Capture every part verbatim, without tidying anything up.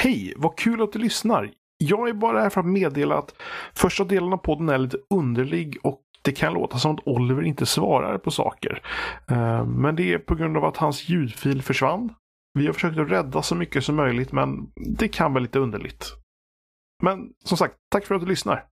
Hej, vad kul att du lyssnar. Jag är bara här för att meddela att första delen av podden är lite underlig och det kan låta som att Oliver inte svarar på saker. Uh, men det är på grund av att hans ljudfil försvann. Vi har försökt att rädda så mycket som möjligt, men det kan vara lite underligt. Men som sagt, tack för att du lyssnar.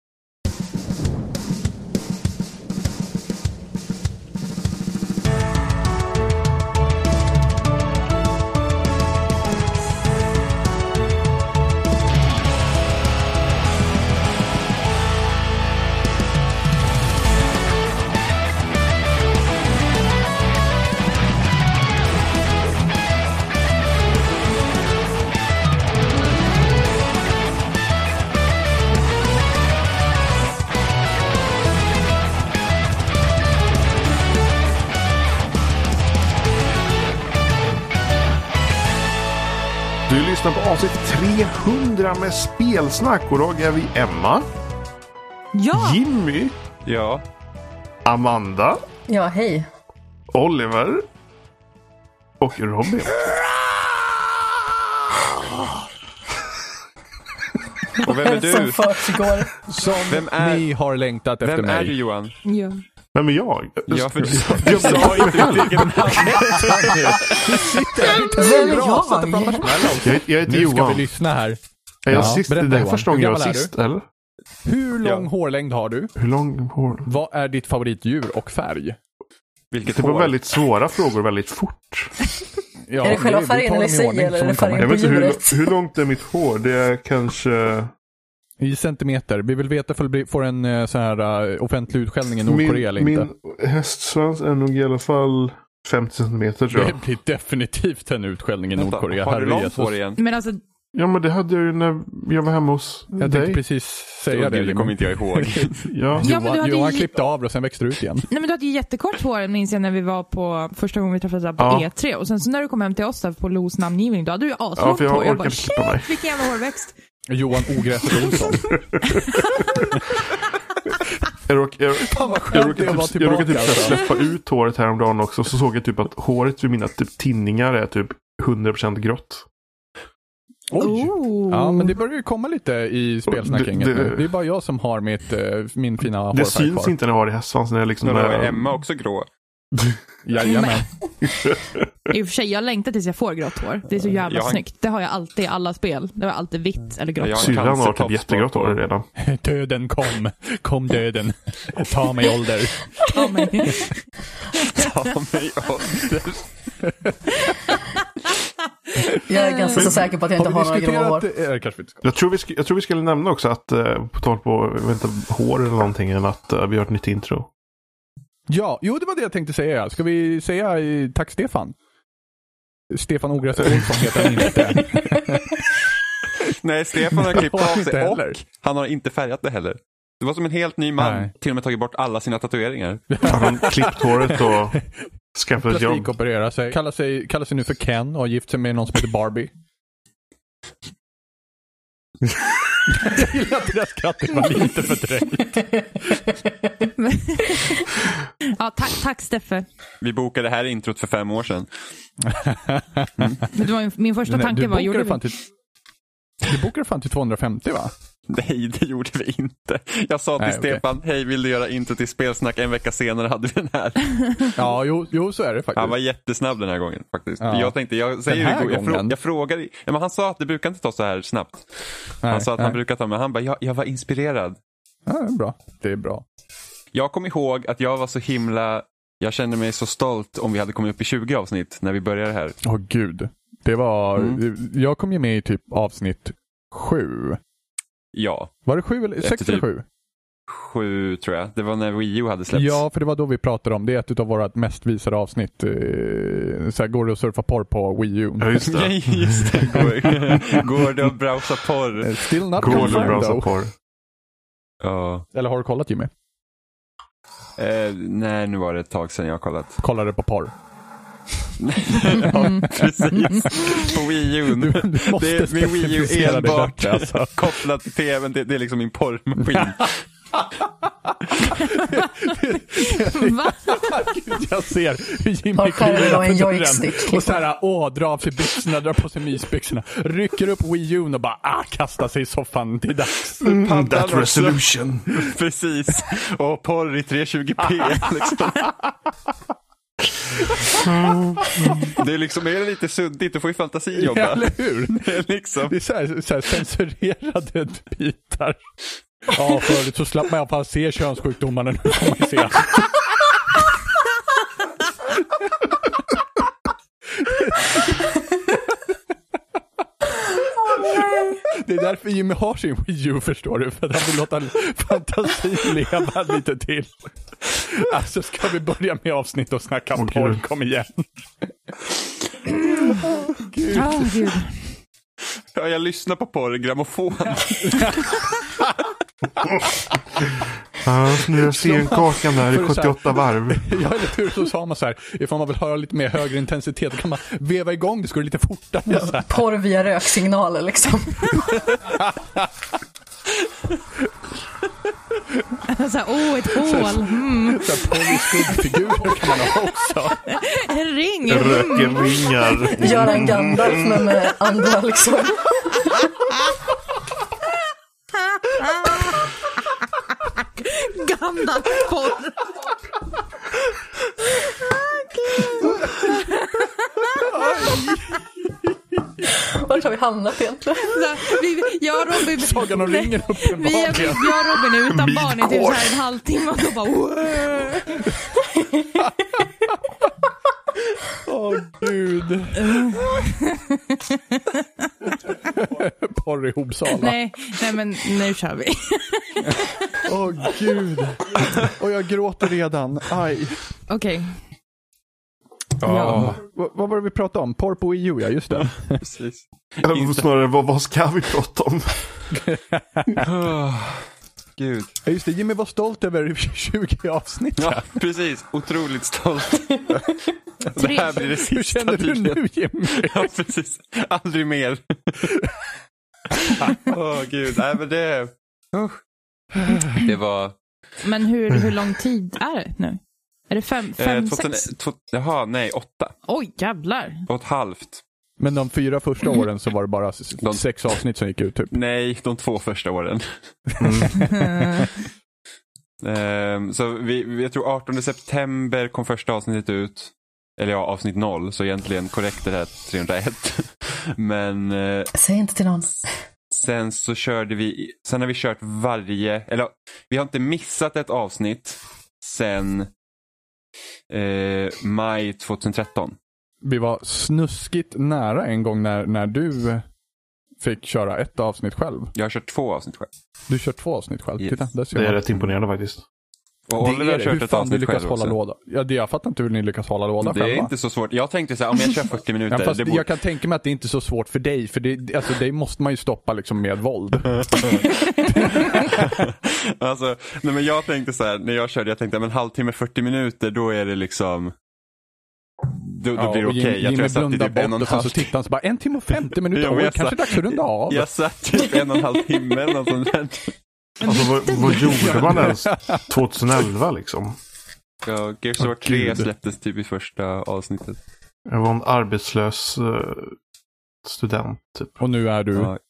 Du lyssnar på avsnitt trehundra med spelsnack och idag är vi Emma. Ja. Jimmy. Ja. Amanda. Ja, hej. Oliver. Och Robin. Och vem är du? Som försiggår. Som vem är... ni har längtat efter vem mig. Vem är du, Johan? Ja. Vem är jag? Ja, för du sa jag sa inte egen namn. Du sitter inte Vem är bra så att jag? det blandar smäll. Jag, jag heter Nu ska Johan. vi lyssna här. Är jag Ja, sist? berätta, Det är Johan. första gången Hur jag är gammal är sist, eller? Hur lång Ja. hårlängd har du? Hur lång hår? Vad är ditt favoritdjur och färg? Vilket Det var hår? väldigt svåra frågor väldigt fort. Ja, Är det själva vi färgen tar eller dem i sig, ordning eller som är det de kommer. färgen? Jag vet inte hur, djuret. hur långt är mitt hår. Det är kanske... I centimeter. Vi vill veta om vi får en eh, så här uh, offentlig utskällning i Nordkorea eller inte. Min hästsvans är nog i alla fall femtio centimeter, tror jag. Det blir definitivt en utskällning i Vänta, Nordkorea. har du Herre långt Jesus. hår igen? Men alltså, Ja, men det hade jag ju när jag var hemma hos Jag dig. tänkte precis säga det. Det kommer inte jag ihåg. Ja. Ja, men du Johan, hade Johan ju- klippte av och sen växte ut igen. nej men du hade ju jättekort hår, minns jag när vi var på första gången vi träffades där på Ja. E tre. Och sen så när du kom hem till oss där på Los namngivning, då hade du ju Ja, aslångt för jag hår. Jag orkade bara, inte klippa mig. shit, vilken jävla hårväxt. Johan Ogräset Olsson. Jag råkade, jag, Fan vad jag skönt råkade det var typ, jag råkade tillbaka. typ Alltså. släppa ut håret häromdagen också. Så såg jag typ att håret vid mina typ tinningar är typ hundra procent grått. Oj! Oh. Ja, men det börjar ju komma lite i spelsnackingen. Det- Det, det- det är bara jag som har mitt, eh, min fina Det hårfärg syns kvar. inte när jag har det i hästsvansen. Det är liksom Men då är när- Emma också grå. Jajamän. I och för sig, jag längtar tills jag får grått hår. Det är så jävla Jag har- snyggt. Det har jag alltid i alla spel. Det var alltid vitt eller grått. Jag har- Syrran har typ cancertops jättegrått på- hår redan. Döden kom. Kom döden. Ta mig ålder. Ta mig. Ta mig ålder. Jag är ganska så säker på att jag inte har, några grå hår. diskuterat... Eh, kanske vi inte ska. Jag tror vi, sk- jag tror vi skulle nämna också att, eh, på tal på jag vet inte, hår eller någonting, än att eh, vi har ett nytt intro. Ja, jo det var det jag tänkte säga. Ska vi säga eh, tack Stefan? Stefan Ogräset Olsson heter han inte. Nej, Stefan har klippt Det har av inte sig heller. och han har inte färgat det heller. Det var som en helt ny man. Nej. Till och med tagit bort alla sina tatueringar. Han har klippt håret och skaffat ett jobb. Plastikoperera sig. Kallar sig. Kallar sig nu för Ken och har gift sig med någon som heter Barbie. Jag gillar att det där skrattet var lite för dröjt. Ja, tack, tack Steffe. Vi bokade det här introt för fem år sedan. Men det var ju, min första Nej, tanke du var... bokade Gjorde fan vi... till, du bokade fan till tvåhundrafemtio va? Nej, det gjorde vi inte. Jag sa till Nej, okej. Stefan, hej, vill du göra intro till spelsnack? En vecka senare hade vi den här. Ja, jo, jo så är det faktiskt. Han var jättesnabb den här gången faktiskt. Ja. Jag tänkte, jag säger Den här ju, jag, frå, gången? jag frågar, ja, men han sa att det brukar inte ta så här snabbt. Nej, han sa att nej. han brukar ta, men han bara, jag, jag var inspirerad. Ja, det är bra. Det är bra. Jag kom ihåg att jag var så himla, jag kände mig så stolt om vi hade kommit upp i tjugo avsnitt när vi började här. Åh gud. Det var, Mm. jag kom ju med i typ avsnitt sju. Ja, Var det sju eller Efter sex typ- eller sju? sju tror jag. Det var när Wii U hade släppts. Ja, för det var då vi pratade om det. är ett av våra mest visade avsnitt. Eh, så här, går det att surfa porr på Wii U? Ja, just det. Nej, just det. Går, går det att browsa porr? Eh, Still not Går det att confirmed browsa though. porr? Ja. Eller har du kollat Jimmy? Eh, nej, nu var det ett tag sedan jag har kollat. Kollade på porr. Ja, precis. På Wii U. Du, du måste Det är min Wii U specificera dig enbart bättre, alltså. kopplat till tvn. Det, det är liksom min porrmaskin. Va? Jag ser hur Jimmy Har själv kliver en på dörren joystick. och så här, åh, drar av sig byxorna, drar på sig mysbyxorna, rycker upp Wii U och bara, ah, kastar sig i soffan, det är dags. Mm, that resolution. Precis. Och porr i tre tjugo p liksom. Det är liksom är det lite suddigt, du får ju fantasi jobba. Ja, eller hur? Det är liksom Det är så här, så här censurerade bitar. Ja, förut så slapp man i alla fall se könssjukdomarna, nu får man se. Det är därför Jimmy har sin Wii U, förstår du, för att han vill låta fantasin leva lite till. Alltså ska vi börja med avsnitt och snacka om porr, kom igen. Gud. Oh, Gud. Ja, jag lyssnar på porr, grammofon. Ja, nu jag ser en kakan där i sjuttioåtta varv. Ja, eller hur, så sa man så här, ifall man vill höra lite mer högre intensitet, då kan man veva igång det, ska det lite fortare. Ja, så här. porr via röksignaler liksom. Såhär, åh, ett hål. Mm. Så här, porr i skuggfigurer kan man ha också. En ring. Rökenringar. Göra en Gandalf men med andra liksom. Gandalf-porr. Vart har vi hamnat egentligen? Vi, jag och Robin, Sagan om ringen vi, uppenbarligen. jag och Robin är utan barn i typ så här en halvtimme och då bara Åh, oh, gud. Porr i Hopsala. nej, nej, men nu kör vi. Åh, oh, gud. Och jag gråter redan. Aj. Okej. Okay. Ja. V- vad var det vi pratade om? Porr på Wii U, ja, just det. Precis. Eller snarare, vad, vad ska vi prata om? Oh, gud. Ja, just det, Jimmy var stolt över tjugo avsnitt. Ja, precis. Otroligt stolt. Det här blir det sista. Hur känner du nu, Jimmy? Ja, precis. Aldrig mer. Åh, oh, gud. Nej, men det... Uh. Det var... Men hur, hur lång tid är det nu? Är det fem, fem eh, tvåtusen, sex? Två, jaha, nej, åtta. Oj, jävlar. Och ett halvt. Men de fyra första åren så var det bara de... sex avsnitt som gick ut, typ. Nej, de två första åren. Mm. um, så vi, vi, jag tror artonde september kom första avsnittet ut. Eller ja, avsnitt noll. Så egentligen korrekt det här trehundraett. Men... Uh, Säg inte till någon. Sen så körde vi... Sen har vi kört varje... Eller vi har inte missat ett avsnitt sen uh, maj tjugohundratretton. Vi var snuskigt nära en gång när, när du fick köra ett avsnitt själv. Jag har kört två avsnitt själv. Du kör två avsnitt själv. Yes. Titta, där ser Det är man. rätt imponerande faktiskt. Och Oliver har kört hur ett fan du avsnitt lyckas själv hålla också. låda. Ja, det, jag fattar inte hur ni lyckas hålla låda Det själva. är inte så svårt. Jag tänkte så här, om jag kör fyrtio minuter. Ja, fast det borde... jag kan tänka mig att det inte är så svårt för dig. För det, alltså, det måste man ju stoppa liksom med våld. Alltså, nej, men jag tänkte så här, när jag körde, jag tänkte att en halvtimme, fyrtio minuter, då är det liksom... Då, då Ja, blir det okej. Okay. Jag tror jag satt i typ en och en halv så tittar han så bara, en timme och femtio minuter. Ja, Oj, jag kanske satt... dags att runda av. Jag satt typ en och en halv timme eller något sånt där. Alltså vad, vad gjorde man ens tjugoelva liksom? Ja, Gears of War tre Gud. släpptes typ i första avsnittet. Jag var en arbetslös uh, student typ. Och nu är du... Ja.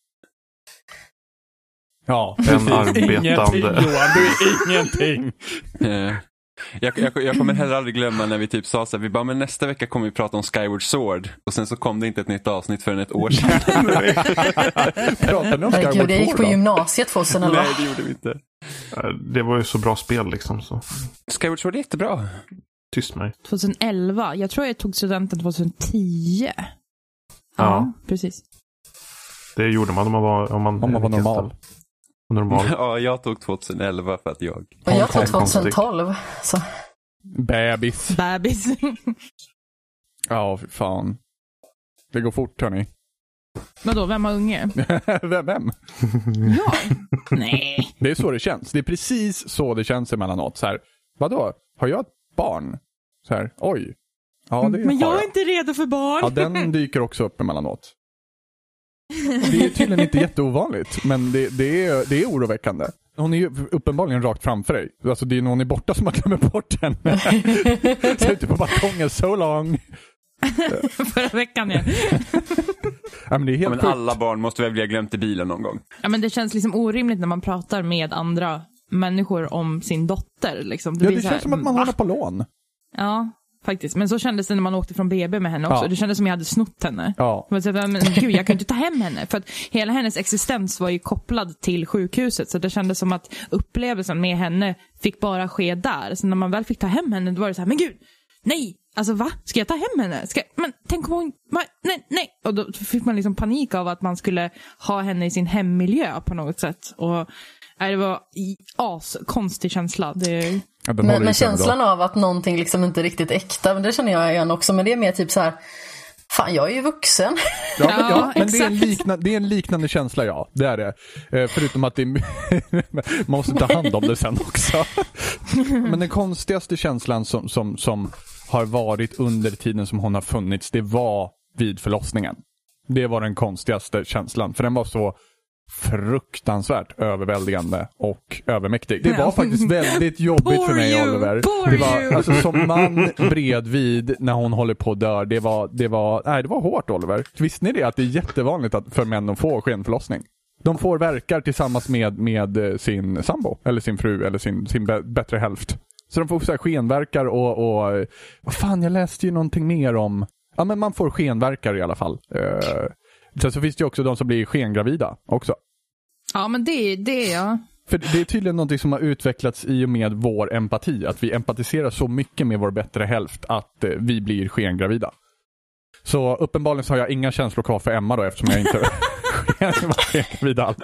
Ja, En precis. arbetande. Ingenting, Johan, du är ingenting. Eh, jag, jag, jag kommer heller aldrig glömma när vi typ sa så här, vi bara, men nästa vecka kommer vi prata om Skyward Sword. Och sen så kom det inte ett nytt avsnitt förrän ett år sedan. Pratar ni om Nej, Skyward gud, jag gick Sword på då? gymnasiet tjugoelva. Nej, det gjorde vi inte. Uh, det var ju så bra spel liksom. Så. Skyward Sword är jättebra. Tyst mig. tjugoelva. Jag tror jag tog studenten tjugohundratio. Ja, Ja. precis. Det gjorde man om man var, om man, Om man var normal. normal. Ja, jag tog tjugoelva för att jag... Och jag tog Konstigt. tjugotolv. Så. Bebis. Bebis. Ja, för fan. Det går fort, hörni. Vadå, vem har unge? vem? vem? Ja. Nej. Det är så det känns. Det är precis så det känns emellanåt. Så här, vadå? Har jag ett barn? Så här, oj. Ja, det Men har jag är jag. inte redo för barn. Ja, den dyker också upp emellanåt. Det är tydligen inte jätteovanligt, men det, det, är, det är oroväckande. hon är ju uppenbarligen rakt framför dig. Alltså det är någon är borta som har glömt bort henne. Så ute på balkongen, so long. Förra veckan, ja. Ja, men det är helt ja, men alla barn måste väl bli glömt i bilen någon gång. Ja, men det känns liksom orimligt när man pratar med andra människor om sin dotter. Liksom. Det, ja, det känns här, som att man har på lån. Ja, faktiskt. Men så kändes det när man åkte från B B med henne också. Ja. Det kändes som jag hade snott henne. Ja. Men, gud, jag kan inte ta hem henne. För att hela hennes existens var ju kopplad till sjukhuset. Så det kändes som att upplevelsen med henne fick bara ske där. Så när man väl fick ta hem henne, då var det så här, men gud, nej! Alltså va? Ska jag ta hem henne? Ska... Men tänk om hon... Nej, nej! Och då fick man liksom panik av att man skulle ha henne i sin hemmiljö på något sätt. Och nej, det var as konstig känsla. Det... Ja, men men känslan av att någonting liksom inte är riktigt äkta, men det känner jag igen också. Men det är mer typ så här, fan, jag är ju vuxen. Ja, men, ja, ja men det, är en exakt. liknande, det är en liknande känsla, ja. Det är det. Eh, förutom att det är, man måste ta hand om det sen också. Men den konstigaste känslan som, som, som har varit under tiden som hon har funnits, det var vid förlossningen. Det var den konstigaste känslan. För den var så fruktansvärt överväldigande och övermäktig. Det var faktiskt väldigt jobbigt för mig, Oliver. Det var alltså som man bredvid när hon håller på att dö. Det var det var nej, det var hårt, Oliver. Visste ni det att det är jättevanligt att för män att få skenförlossning? De får verkar tillsammans med med sin sambo eller sin fru eller sin sin bättre hälft. Så de får så här skenverkar och och vad fan, jag läste ju någonting mer om. Ja, men man får skenverkar i alla fall. Uh, Sen så finns det ju också de som blir skengravida också. Ja, men det, det är jag. För det är tydligen något som har utvecklats i och med vår empati. Att vi empatiserar så mycket med vår bättre hälft att eh, vi blir skengravida. Så uppenbarligen så har jag inga känslor kvar för Emma då, eftersom jag inte var skengravida alls.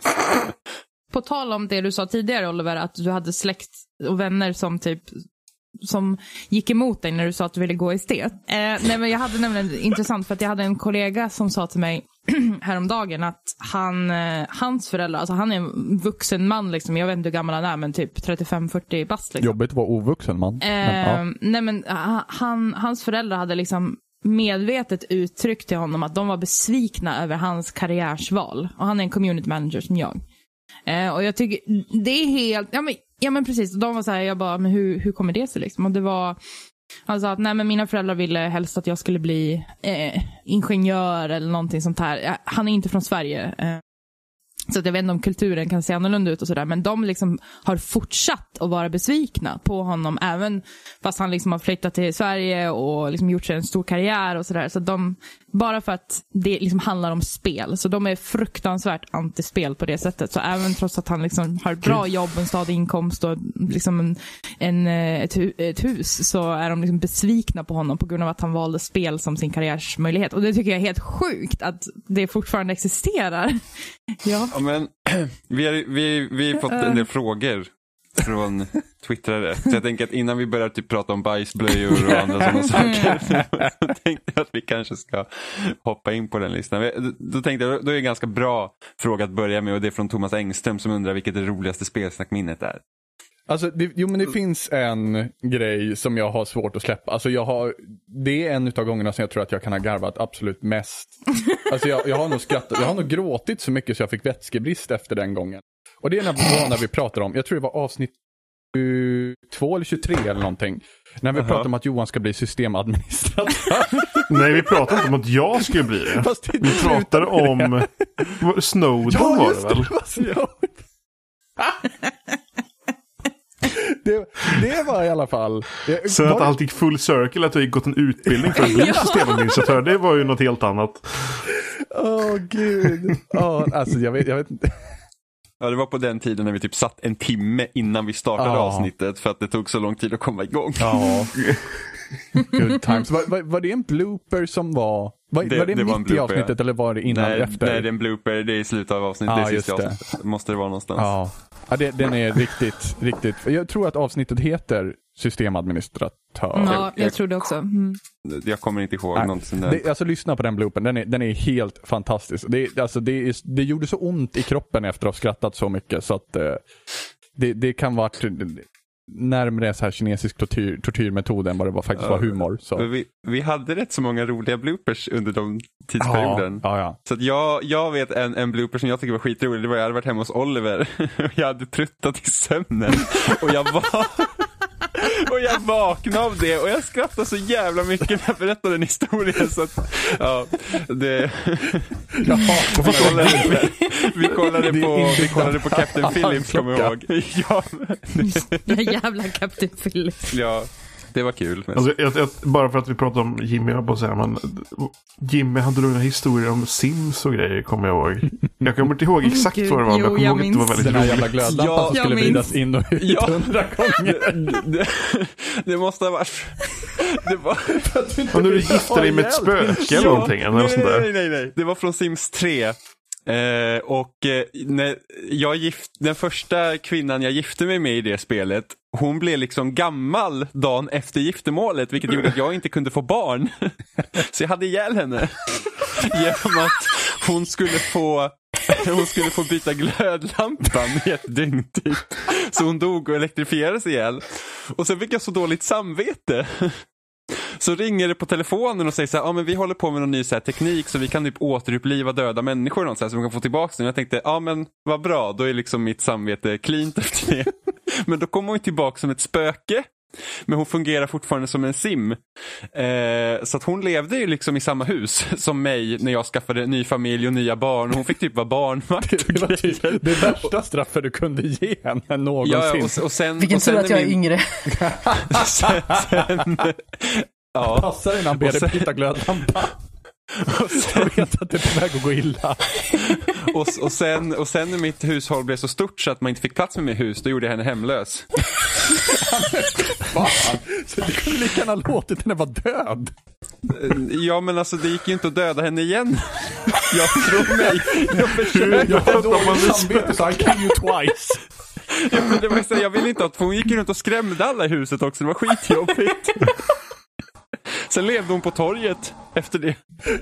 På tal om det du sa tidigare, Oliver, att du hade släkt och vänner som typ som gick emot dig när du sa att du ville gå estet. Eh, nej, men jag hade nämligen intressant för att jag hade en kollega som sa till mig häromdagen att han, eh, hans föräldrar, alltså han är en vuxen man liksom, jag vet inte hur gammal han är, men typ trettiofem fyrtio bast liksom. Jobbigt att vara ovuxen man. Eh, men, ja. Nej men han, hans föräldrar hade liksom medvetet uttryckt till honom att de var besvikna över hans karriärsval. Och han är en community manager som jag. Eh, och jag tycker det är helt, ja men, ja men precis, och de var så här, jag bara, men hur, hur kommer det sig liksom? Och det var, han sa att nej men mina föräldrar ville helst att jag skulle bli eh, ingenjör eller någonting sånt här. Han är inte från Sverige. Eh, så att jag vet inte om kulturen kan se annorlunda ut och sådär. Men de liksom har fortsatt att vara besvikna på honom. Även fast han liksom har flyttat till Sverige och liksom gjort sig en stor karriär och sådär. Så de, bara för att det liksom handlar om spel. Så de är fruktansvärt antispel på det sättet. Så även trots att han liksom har ett bra jobb, en stadig inkomst och liksom en, en, ett, ett hus, så är de liksom besvikna på honom på grund av att han valde spel som sin karriärsmöjlighet. Och det tycker jag är helt sjukt att det fortfarande existerar. Ja. Ja, men vi har vi, vi har fått en del frågor från twittrare. Så jag tänker att innan vi börjar typ prata om bajsblöjor och andra sådana saker, så tänkte jag att vi kanske ska hoppa in på den listan. Då tänkte jag, då är det en ganska bra fråga att börja med, och det är från Thomas Engström som undrar vilket det roligaste spelsnackminnet är. Alltså, det, jo men det finns en grej som jag har svårt att släppa. Alltså jag har, det är en utav gångerna som jag tror att jag kan ha garvat absolut mest. Alltså jag, jag har nog skrattat, jag har nog gråtit så mycket så jag fick vätskebrist efter den gången. Och det är när vi, när vi pratar om, jag tror det var avsnitt tjugotvå eller tjugotre eller någonting. När vi uh-huh. pratar om att Johan ska bli systemadministratör. Nej, vi pratar inte om att jag skulle bli det. Fast det vi pratar om Snowden, ja, var det väl? Det, var Det, det var i alla fall... Jag, så att allt gick full circle, att du gick gått en utbildning för att bli systemadministratör, det var ju något helt annat. Åh, oh, gud. Oh, alltså, jag vet, jag vet inte. Ja, det var på den tiden när vi typ satt en timme innan vi startade oh. avsnittet för att det tog så lång tid att komma igång. Ja. Good times. Var, var, var det en blooper som var... Var det, var det, det mitt var en blooper, i avsnittet, ja. Eller var det innan nej, eller efter? Nej, det är en blooper. Det är i slutet av avsnittet. Ja, det är just det. avsnittet. Måste det vara någonstans. Ja, ja det, den är riktigt, riktigt... Jag tror att avsnittet heter systemadministratör. Ja, jag, jag tror det också. Mm. Jag kommer inte ihåg nej, någonting där. Det, alltså lyssna på den bloopern. Den är, den är helt fantastisk. Det, alltså, det, är, det gjorde så ont i kroppen efter att ha skrattat så mycket så att eh, det, det kan vara... närmare så här kinesisk tortyr, tortyrmetod än vad det var, faktiskt Ja, var humor. Så. Vi, vi hade rätt så många roliga bloopers under de tidsperioden. Ja, ja, ja. Så att jag, jag vet en, en blooper som jag tycker var skitrolig. Det var jag hade varit hemma hos Oliver. Jag hade truttat i sömnen. Och jag var... Och jag vaknade av det och jag skrattade så jävla mycket när jag berättade den historien. Så att, ja, det... Jaha, vi, kollade, vi, kollade på, vi kollade på Captain Phillips, kommer jag ihåg. Ja, Ja, jävla Captain Phillips. ja, det var kul. Men... Alltså, jag, jag, bara för att vi pratar om Jimmy, jag bara säga, men Jimmy hade några historier om Sims och grejer, kommer jag ihåg. Jag kommer inte ihåg exakt Gud, vad det var, men jag jo, kommer jag ihåg att det var minns. väldigt den här roligt. jävla glödlampan Ja, som skulle jag vridas minns. in och ut Ja. hundra gånger. det, det, det måste ha varit... Det var... Och nu är du gifter dig med ett spöke eller någonting. Eller nej, sånt där. nej, nej, nej. Det var från Sims tre. Eh, och eh, när jag gift, den första kvinnan jag gifte mig med i det spelet, hon blev liksom gammal dagen efter giftermålet, vilket gjorde att jag inte kunde få barn. Så jag hade ihjäl henne genom att hon skulle få hon skulle få byta glödlampan i ett dygn typ. Så hon dog och elektrifierades ihjäl. Och sen fick jag så dåligt samvete. Så ringer det på telefonen och säger så här, ja, men vi håller på med någon ny så här teknik så vi kan typ återuppliva döda människor och så, här, så vi kan få tillbaka den. Jag tänkte, ja men vad bra, då är liksom mitt samvete cleant efter det. Men då kommer hon tillbaka som ett spöke. Men hon fungerar fortfarande som en sim. Eh, så att hon levde ju liksom i samma hus som mig när jag skaffade en ny familj och nya barn. Hon fick typ vara barnvakt och Det var typ grejer. det värsta straffet du kunde ge henne någonsin. Ja, och, och sen, Vilken och sen tur att jag är min- yngre. sen, sen, ja. Passar dig när han ber Och dig sen- byta glödlampa. Och sen, Jag vet att det är på väg att gå illa. och, och, sen, och sen när mitt hushåll blev så stort så att man inte fick plats med mitt hus, då gjorde jag henne hemlös. Fan. Så du kunde lika gärna låtit henne vara död. Ja, men alltså det gick ju inte att döda henne igen. Jag tror mig. Jag försökte. Jag har dåligt samvete så I kill you twice. Ja, men det var så, jag ville inte att, för hon gick runt och skrämde alla i huset också. Det var skitjobbigt. Sen levde hon på torget efter det.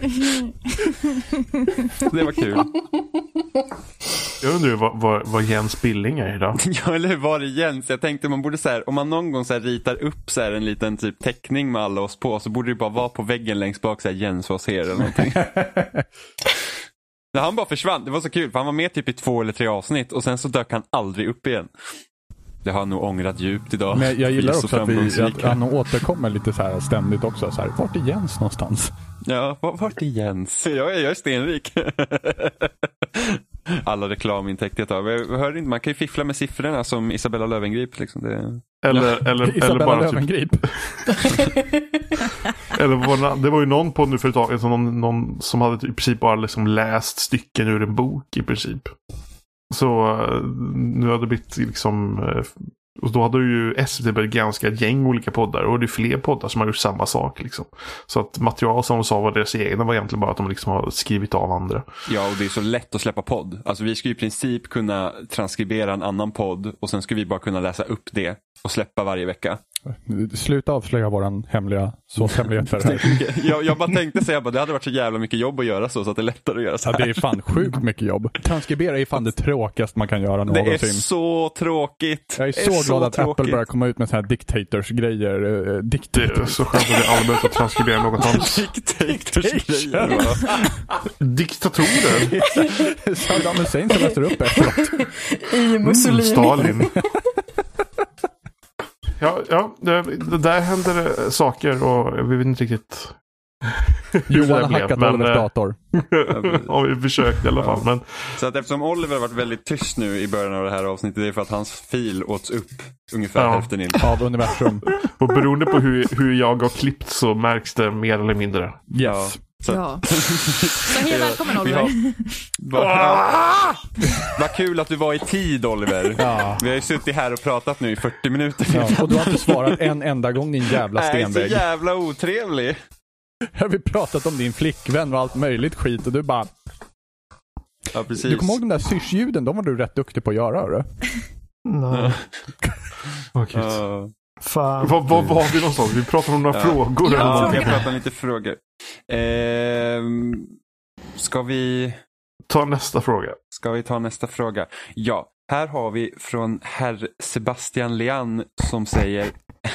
Det var kul. Jag undrar vad, vad, vad Jens Billing är idag. Ja, eller hur var det Jens? Jag tänkte man borde så här, om man någon gång så här ritar upp så här en liten typ teckning med alla oss på, så borde det bara vara på väggen längst bak så här, Jens var här eller någonting. När han bara försvann, det var så kul för han var med typ i två eller tre avsnitt och sen så dök han aldrig upp igen. Det har han nog ångrat djupt idag. Men jag gillar Vi är så också att, vi, att framgångsrika. han återkommer lite så här ständigt också. Så här, vart är Jens någonstans? Ja, var- vart är Jens? Jag är, jag är stenrik. Alla reklamintäkter jag tar. Jag hör inte, man kan ju fiffla med siffrorna som Isabella Löwengrip. Liksom. Det... Eller, eller, eller Isabella bara typ, Löwengrip. eller var, det var ju någon på nu för ett tag, alltså någon, någon som hade typ i princip bara liksom läst stycken ur en bok i princip. Så eh, nu hade det blivit liksom, eh, och då hade ju S V T börjat ganska ett gäng olika poddar och det är fler poddar som har gjort samma sak liksom. Så att material som de sa var deras egna var egentligen bara att de liksom har skrivit av andra. Ja, och det är så lätt att släppa podd. Alltså vi ska i princip kunna transkribera en annan podd och sen ska vi bara kunna läsa upp det och släppa varje vecka. Sluta avslöja våran hemliga såshemligheter här. jag, jag bara tänkte säga att det hade varit så jävla mycket jobb att göra så, så att det är lättare att göra så Ja, här. det är fan sjukt mycket jobb. Transkribera är fan det tråkigaste man kan göra Det någonsin. är så tråkigt. Jag är Det så glad att tråkigt. Apple börjar komma ut med så här dictators-grejer. Uh, Det är dictators. så skönt att vi alla behöver transkribera något annat. Dictators-grejer, va? Diktatorer. Saddam Hussein som läser upp efteråt. I Mm, Mussolini. Stalin. Ja, ja det, det där händer det saker och vi vet inte riktigt hur Johan det har blev, hackat men, Olivers eh, dator. ja, vi försökte i alla fall. Men Så att eftersom Oliver har varit väldigt tyst nu i början av det här avsnittet, det är för att hans fil åts upp ungefär Ja. hälften in. Av universum. och beroende på hur, hur jag har klippt så märks det mer eller mindre. Yes. Så, Ja. Så hej, välkommen vi Oliver. har, va, ja. Vad kul att du var i tid, Oliver. Ja. Vi har ju suttit här och pratat nu i fyrtio minuter. Ja, och du har inte svarat en enda gång din jävla Nej, så stenvägg. jävla otrevlig. Har vi pratat om din flickvän och allt möjligt skit och du bara... Ja, precis. Du kommer ihåg de där syrsljuden? De var du rätt duktig på att göra, hörru. Nej. Åh, gud. Ja. Fan. Vad vad var vi någonstans? Vi pratade om några Ja. frågor. eller Ja, någonting. vi har pratat om lite frågor. Ehm, ska vi... Ta nästa fråga. Ska vi ta nästa fråga? Ja, Här har vi från herr Sebastian Lean som säger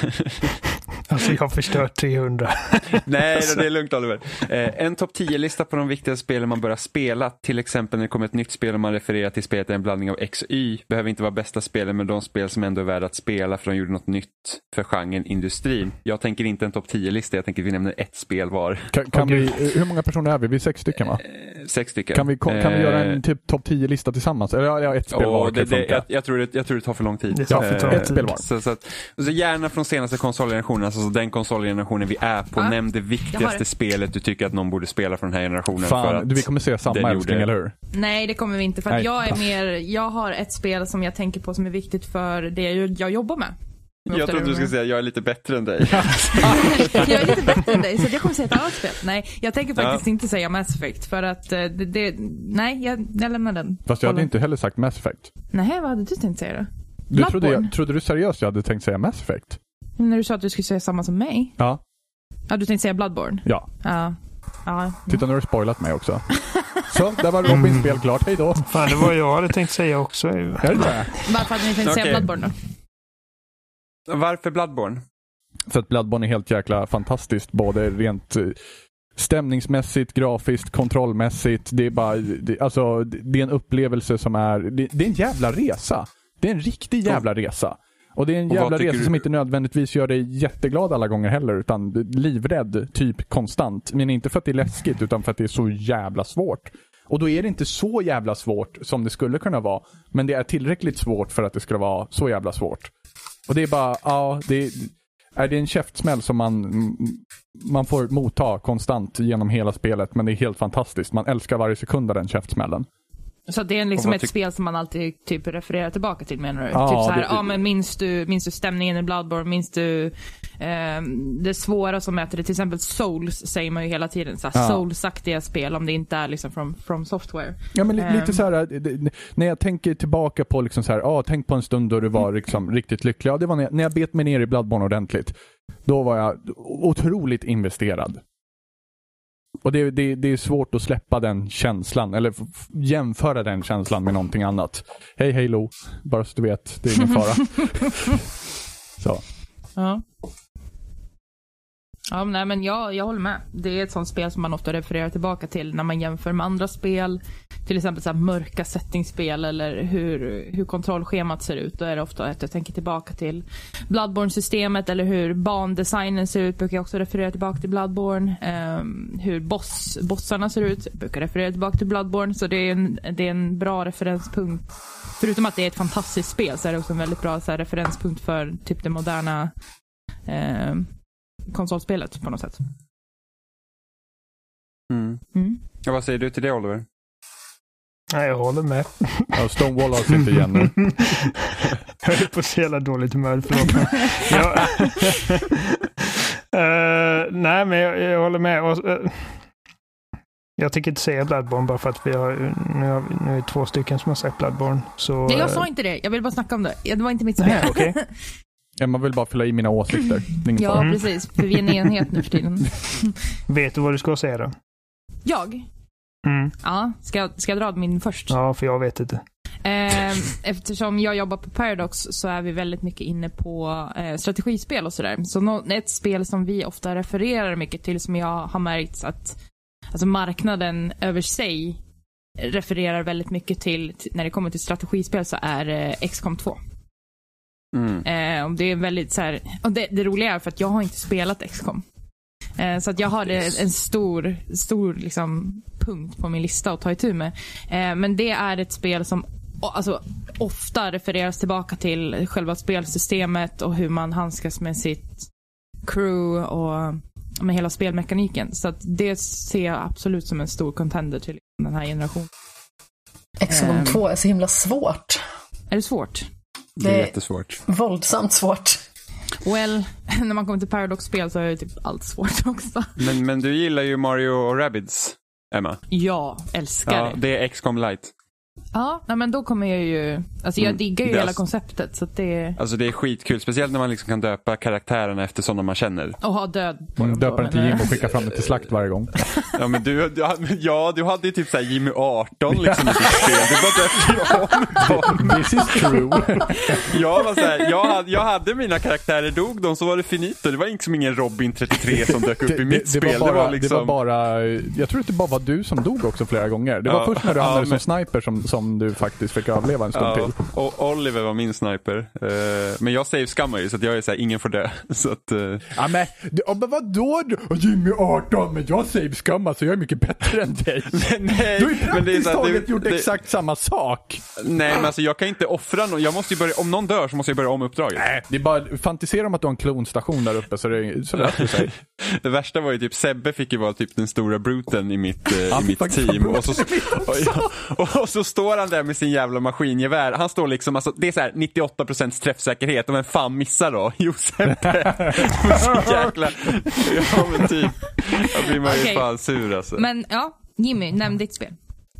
Alltså jag har förstört trehundra. Nej, det är lugnt Oliver. Eh, en topp tio-lista på de viktigaste spelen man börjar spela. Till exempel när det kommer ett nytt spel och man refererar till spelet är en blandning av X och Y. Behöver inte vara bästa spelen, men de spel som ändå är värda att spela för de gjorde något nytt för genren industrin. Jag tänker inte en topp tio-lista, jag tänker att vi nämner ett spel var. Kan, kan vi, hur många personer är vi? Vi är sex stycken va? Eh, sex stycken. Kan vi, kan vi eh, göra en typ topp tio-lista tillsammans? Eller ja, ett spel var. det, det, jag, jag, tror det, jag tror det tar för lång tid. Det tar för eh, ett tid. spel var. Så, så, att, så gärna från senaste konsolgenerationen, alltså den konsolgenerationen vi är på. Ja, Nämn det jag har viktigaste det. spelet du tycker att någon borde spela från den här generationen. Fan, för att du, vi kommer se samma den älskling, gjorde- eller hur? Nej, det kommer vi inte. För att Nej. jag är mer, jag har ett spel som jag tänker på som är viktigt för det jag, jag jobbar med. Jag trodde du skulle säga jag är lite bättre än dig. Jag är lite bättre än dig, så jag kommer säga ett annat spel. Nej, jag tänker faktiskt Ja. inte säga Mass Effect. För att eh, det, det nej, jag, jag lämnar den. Fast jag hade Håller. inte heller sagt Mass Effect. Nej, vad hade du tänkt säga då? Du trodde, Bloodborne. jag, trodde du seriöst jag hade tänkt säga Mass Effect? När du sa att du skulle säga samma som mig. Ja. Ja, du tänkte säga Bloodborne. Ja. Ja. Ja. Titta, nu har du spoilat mig också. Så, där var Robins spel klart. Hej då. Fan, det var jag hade tänkt säga också. Är det det? Varför hade ni tänkt säga Okej. Bloodborne då? Varför Bloodborne? För att Bloodborne är helt jäkla fantastiskt. Både rent eh, stämningsmässigt, grafiskt, kontrollmässigt. Det är bara, det, alltså, det är en upplevelse som är, det, det är en jävla resa. Det är en riktig jävla resa. Och det är en Och vad jävla tycker resa du- som inte nödvändigtvis gör dig jätteglad alla gånger heller, utan livrädd typ konstant. Men inte för att det är läskigt, utan för att det är så jävla svårt. Och då är det inte så jävla svårt som det skulle kunna vara, men det är tillräckligt svårt för att det skulle vara så jävla svårt. Och det är bara, ja, det är, är det en käftsmäll som man man får motta konstant genom hela spelet, men det är helt fantastiskt. Man älskar varje sekund av den käftsmällen. Så det är liksom Och vad ett tyck- spel som man alltid typ refererar tillbaka till, menar du? Ja, typ så här, det- ja men minns du, minns du stämningen i Bloodborne? Minns du eh, det svåra som möter det? Till exempel Souls säger man ju hela tiden. Så här, Ja. Souls-aktiga spel, om det inte är liksom from, from software. Ja, men li- Ehm. lite så här, det- det- när jag tänker tillbaka på liksom så här, ja, tänk på en stund då du var liksom riktigt lycklig. Ja, det var när jag, när jag bet mig ner i Bloodborne ordentligt. Då var jag otroligt investerad. Och det, det, det är svårt att släppa den känslan, eller f- f- jämföra den känslan med någonting annat. Hej, hej Lo. Bara så du vet, det är ingen fara. Så. Ja. Ja, nej, men jag, jag håller med. Det är ett sånt spel som man ofta refererar tillbaka till när man jämför med andra spel. Till exempel så här mörka settingspel eller hur, hur kontrollschemat ser ut. Då är det ofta att jag tänker tillbaka till Bloodborne-systemet, eller hur bandesignen ser ut. Brukar jag också referera tillbaka till Bloodborne. Um, hur boss, bossarna ser ut. Brukar referera tillbaka till Bloodborne. Så det är en, det är en bra referenspunkt. Förutom att det är ett fantastiskt spel, så är det också en väldigt bra så här, referenspunkt för typ det moderna um, konsolspelet på något sätt. Mm. Mm. Ja, vad säger du till det, Oliver? Nej, jag håller med. Ja, Stonewall har sitter igen nu. Jag är på så jävla dåligt humör, förlåt mig. Jag, uh, nej, men jag, jag håller med. Och, uh, jag tänker inte säga Bloodborne bara för att vi har, nu, har vi, nu är det två stycken som har sagt Bloodborne. Så, Nej, jag uh, sa inte det. Jag vill bara snacka om det. Det var inte mitt spel. nej, okej. Ja, man vill bara fylla i mina åsikter. Det är ingen Ja, fara. precis. För vi är en enhet nu för tiden. Vet du vad du ska säga då? Jag? Mm. Ja, ska, jag- ska jag dra min först? Ja, för jag vet inte. Eh, eftersom jag jobbar på Paradox så är vi väldigt mycket inne på eh, strategispel och sådär. Så nå- ett spel som vi ofta refererar mycket till, som jag har märkt att alltså marknaden över sig refererar väldigt mycket till, t- när det kommer till strategispel, så är eh, X COM två. Mm. Eh, och det är väldigt så här, och det, det roliga är för att jag har inte spelat X COM. Eh, så att jag har det, en stor, stor liksom, punkt på min lista att ta itu med. Eh, men det är ett spel som o- alltså, ofta refereras tillbaka till själva spelsystemet och hur man handskas med sitt crew och med hela spelmekaniken. Så att det ser jag absolut som en stor contender till den här generationen. X COM Ehm. två är så himla svårt. Är det svårt? Det är Det är- jättesvårt. Våldsamt svårt. Well, när man kommer till Paradox-spel så är det typ allt svårt också. Men, men du gillar ju Mario och Rabbids, Emma. Ja, älskar Ja, det. det är X COM Lite. Ja, nej, men då kommer jag ju Alltså jag Mm. diggar ju Det är hela alltså- konceptet. Så att det... Alltså det är skitkul, speciellt när man liksom kan döpa karaktärerna efter sådana man känner. Och ha död på Mm, dem döpa då, den till men- Jim och skicka fram det till slakt varje gång. Ja, men du, du, ja, du hade ju typ såhär Jimmy arton liksom i ditt spel. Du bara döpte om dem. This is true. Jag var så här, jag, hade, jag hade mina karaktärer, dog de så var det finito. Det var liksom ingen Robin trettiotre som dök upp i mitt det, spel. var bara, det, var liksom... det var bara, jag tror att det bara var du som dog också flera gånger. Det var Ja, först när du ja, hamnade men- som sniper som, som du faktiskt fick överleva en stund Ja, till. och Oliver var min sniper. Uh, men jag save-skammar ju så att jag är såhär, ingen får dö. Så att, uh... Ja men, det, ja, men vadå? Jimmy arton, men jag save-skammar så jag är mycket bättre än dig. nej, Du har ju men det är praktiskt så här, taget det, gjort det, exakt samma sak. Nej, men alltså jag kan inte offra någon. Jag måste ju börja, om någon dör så måste jag börja om uppdraget. Nej, det är bara, fantisera om att du har en klonstation där uppe så, det, så löser det sig. Det värsta var ju typ, Sebbe fick ju vara typ den stora bruten i mitt, eh, Han i fick mitt faktiskt team. vara Och så, och, ja, och så står han där med sin jävla maskingevär. Han står liksom, alltså, det är så här nittioåtta procent träffsäkerhet. Och vem fan missar då? Jo, Sebbe. Så jäkla... Ja, men typ. Då blir man ju Okej. fan sur alltså. Men ja, Jimmy, nämn ditt spel.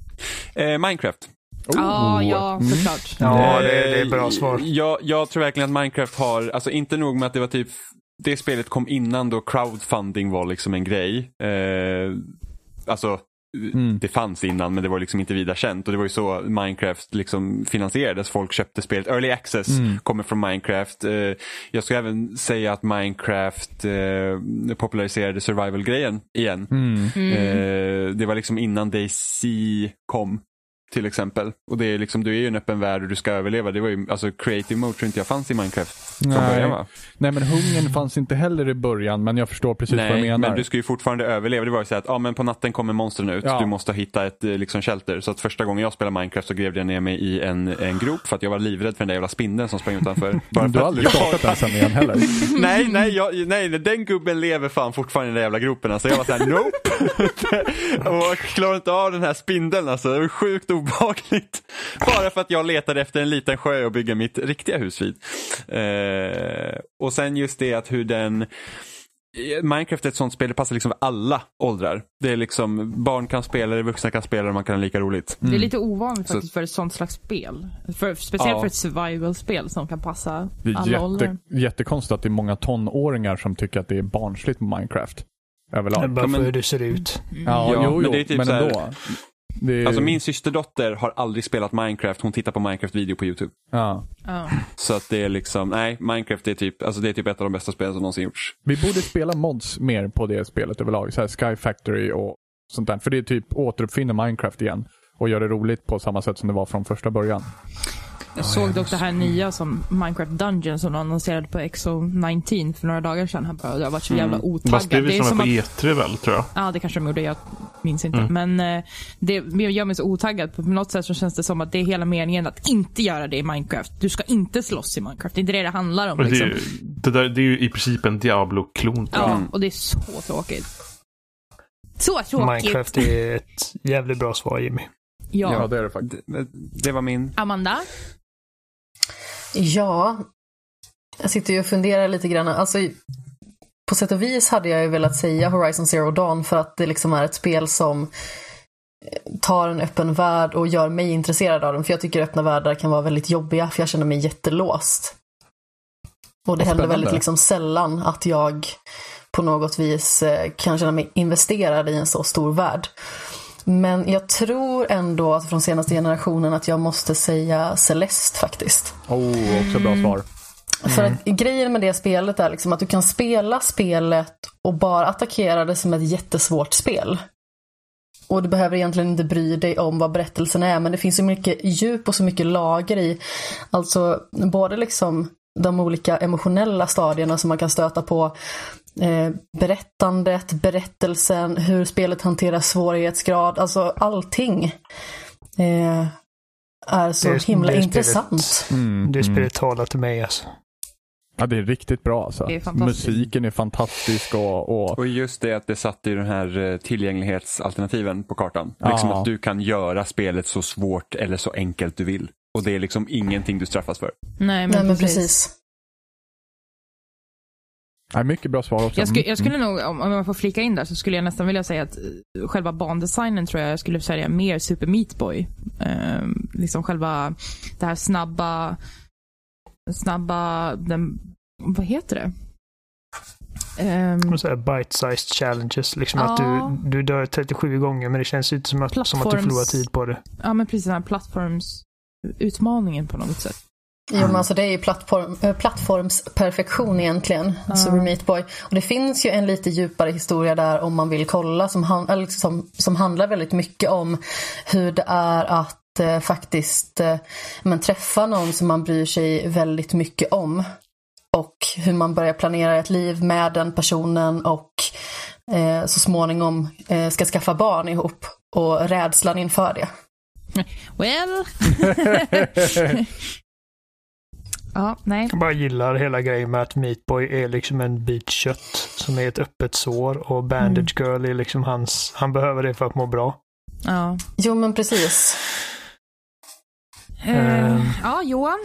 Eh, Minecraft. Ja, Oh. ja, såklart. Ja, det, det är bra svar. Eh, Jag, jag tror verkligen att Minecraft har, alltså inte nog med att det var typ, det spelet kom innan då crowdfunding var liksom en grej. Eh, alltså Mm. det fanns innan men det var liksom inte vidare känt och det var ju så Minecraft liksom finansierades. Folk köpte spelet. Early Access Mm. kommer från Minecraft. Eh, jag ska även säga att Minecraft eh, populariserade survival-grejen igen. Mm. Eh, det var liksom innan DayZ kom till exempel. Och det är liksom, du är ju en öppen värld och du ska överleva. Det var ju, alltså creative mode tror inte jag fanns i Minecraft från Nej. början, va? Nej, men hungern fanns inte heller i början, men jag förstår precis vad du Nej, menar. men du ska ju fortfarande överleva. Det var ju så att ja, men på natten kommer monstren ut. Ja. Du måste hitta ett eh, liksom shelter. Så att första gången jag spelade Minecraft så grävde jag ner mig i en, en grop för att jag var livrädd för den där jävla spindeln som sprang utanför. Bara Men du för har att aldrig jag- startat den sen igen heller. Nej, nej, jag, nej, den gubben lever fan fortfarande i den där jävla gropen. Alltså jag var såhär, nope. Och jag klarar inte av den här spindeln. Alltså det var sjukt obehagligt. Bara för att jag letade efter en liten sjö och bygga mitt riktiga hus vid. Eh, och sen just det att hur den... Minecraft är ett sånt spel, det passar liksom för alla åldrar. Det är liksom, barn kan spela det, vuxna kan spela det, man kan ha lika roligt. Det är lite ovanligt Så- faktiskt för ett sånt slags spel. För, speciellt Ja. för ett survival-spel som kan passa Det är alla åldrar. jätte, jättekonstigt att det är många tonåringar som tycker att det är barnsligt med Minecraft. Överlag. Bara Ja, men- för hur du ser ut. Ja, Ja, jo, men jo, det är typ men så här- ändå. Det är, Alltså min systerdotter har aldrig spelat Minecraft, hon tittar på Minecraft-video på YouTube. ja. Ja. Så att det är liksom, nej, Minecraft är typ, alltså det är typ ett av de bästa spelen som någonsin gjorts. Vi borde spela mods mer på det spelet överlag. Så här Sky Factory och sånt där. För det är typ återuppfinna Minecraft igen. Och gör det roligt på samma sätt som det var från första början. Jag såg dock det här nya som Minecraft Dungeon som de annonserade på X O nitton för några dagar sedan. Han bara, jag har varit så jävla Fast otaggad. det är Det väl är som som på att, E tre väl, tror jag. ja, det kanske de gjorde, jag minns inte. Mm. Men eh, det gör mig så otaggad. På något sätt så känns det som att det är hela meningen att inte göra det i Minecraft. Du ska inte slåss i Minecraft. Det är inte det det handlar om. Och det, är, Liksom. ju- det, där, det är ju i princip en Diablo-klon. tror jag. Ja, och det är så tråkigt. Så tråkigt. Minecraft är ett jävligt bra svar, Jimmy. Ja. Ja, det är det faktiskt. Det, det var min. Amanda? Ja, jag sitter ju och funderar lite grann. Alltså, på sätt och vis hade jag ju velat säga Horizon Zero Dawn för att det liksom är ett spel som tar en öppen värld och gör mig intresserad av den. För jag tycker öppna världar kan vara väldigt jobbiga för jag känner mig jättelåst. Och det Vad händer spännande. väldigt liksom sällan att jag på något vis eh, kan känna mig investerad i en så stor värld. Men jag tror ändå att från senaste generationen att jag måste säga Celeste faktiskt. Oh, också bra svar. För att grejen med det spelet är liksom att du kan spela spelet och bara attackera det som ett jättesvårt spel. Och du behöver egentligen inte bry dig om vad berättelsen är, men det finns så mycket djup och så mycket lager i. Alltså både liksom de olika emotionella stadierna som man kan stöta på, eh, berättandet, berättelsen, hur spelet hanterar svårighetsgrad, alltså allting eh, är så Det- himla det spelet- intressant. Mm, Det mm. spelet talar till mig alltså. Ja, det är riktigt bra alltså. Det är fantastiskt. Musiken är fantastisk och... och Och just det att det satt i den här eh, tillgänglighetsalternativen på kartan. Ja. Liksom att du kan göra spelet så svårt eller så enkelt du vill. Och det är liksom ingenting du straffas för. Nej, men, Nej, men precis. precis. ja, mycket bra svar också. Jag, sku, Mm, jag skulle nog, om, om jag får flika in där, så skulle jag nästan vilja säga att eh, själva bandesignen tror jag jag skulle säga mer Super Meat Boy. Eh, liksom själva det här snabba snabba den, vad heter det? Um, så här bite-sized challenges. Liksom ja. att du, du dör trettiosju gånger, men det känns inte som att, som att du förlorar tid på det. Ja, men precis, den här plattformsutmaningen på något sätt. Jo, men alltså det är ju plattform, äh, plattformsperfektion egentligen, ja. Super Meat Boy. Och det finns ju en lite djupare historia där om man vill kolla som, han, eller som, som handlar väldigt mycket om hur det är att äh, faktiskt äh, men träffa någon som man bryr sig väldigt mycket om. Och hur man börjar planera ett liv med den personen och eh, så småningom eh, ska skaffa barn ihop. Och rädslan inför det. Well. Ja, nej. Jag bara gillar hela grejen med att Meat Boy är liksom en bit kött som är ett öppet sår. Och Bandage mm. Girl är liksom hans, han behöver det för att må bra. Ja. Jo, men precis. Uh, um. Ja, Johan.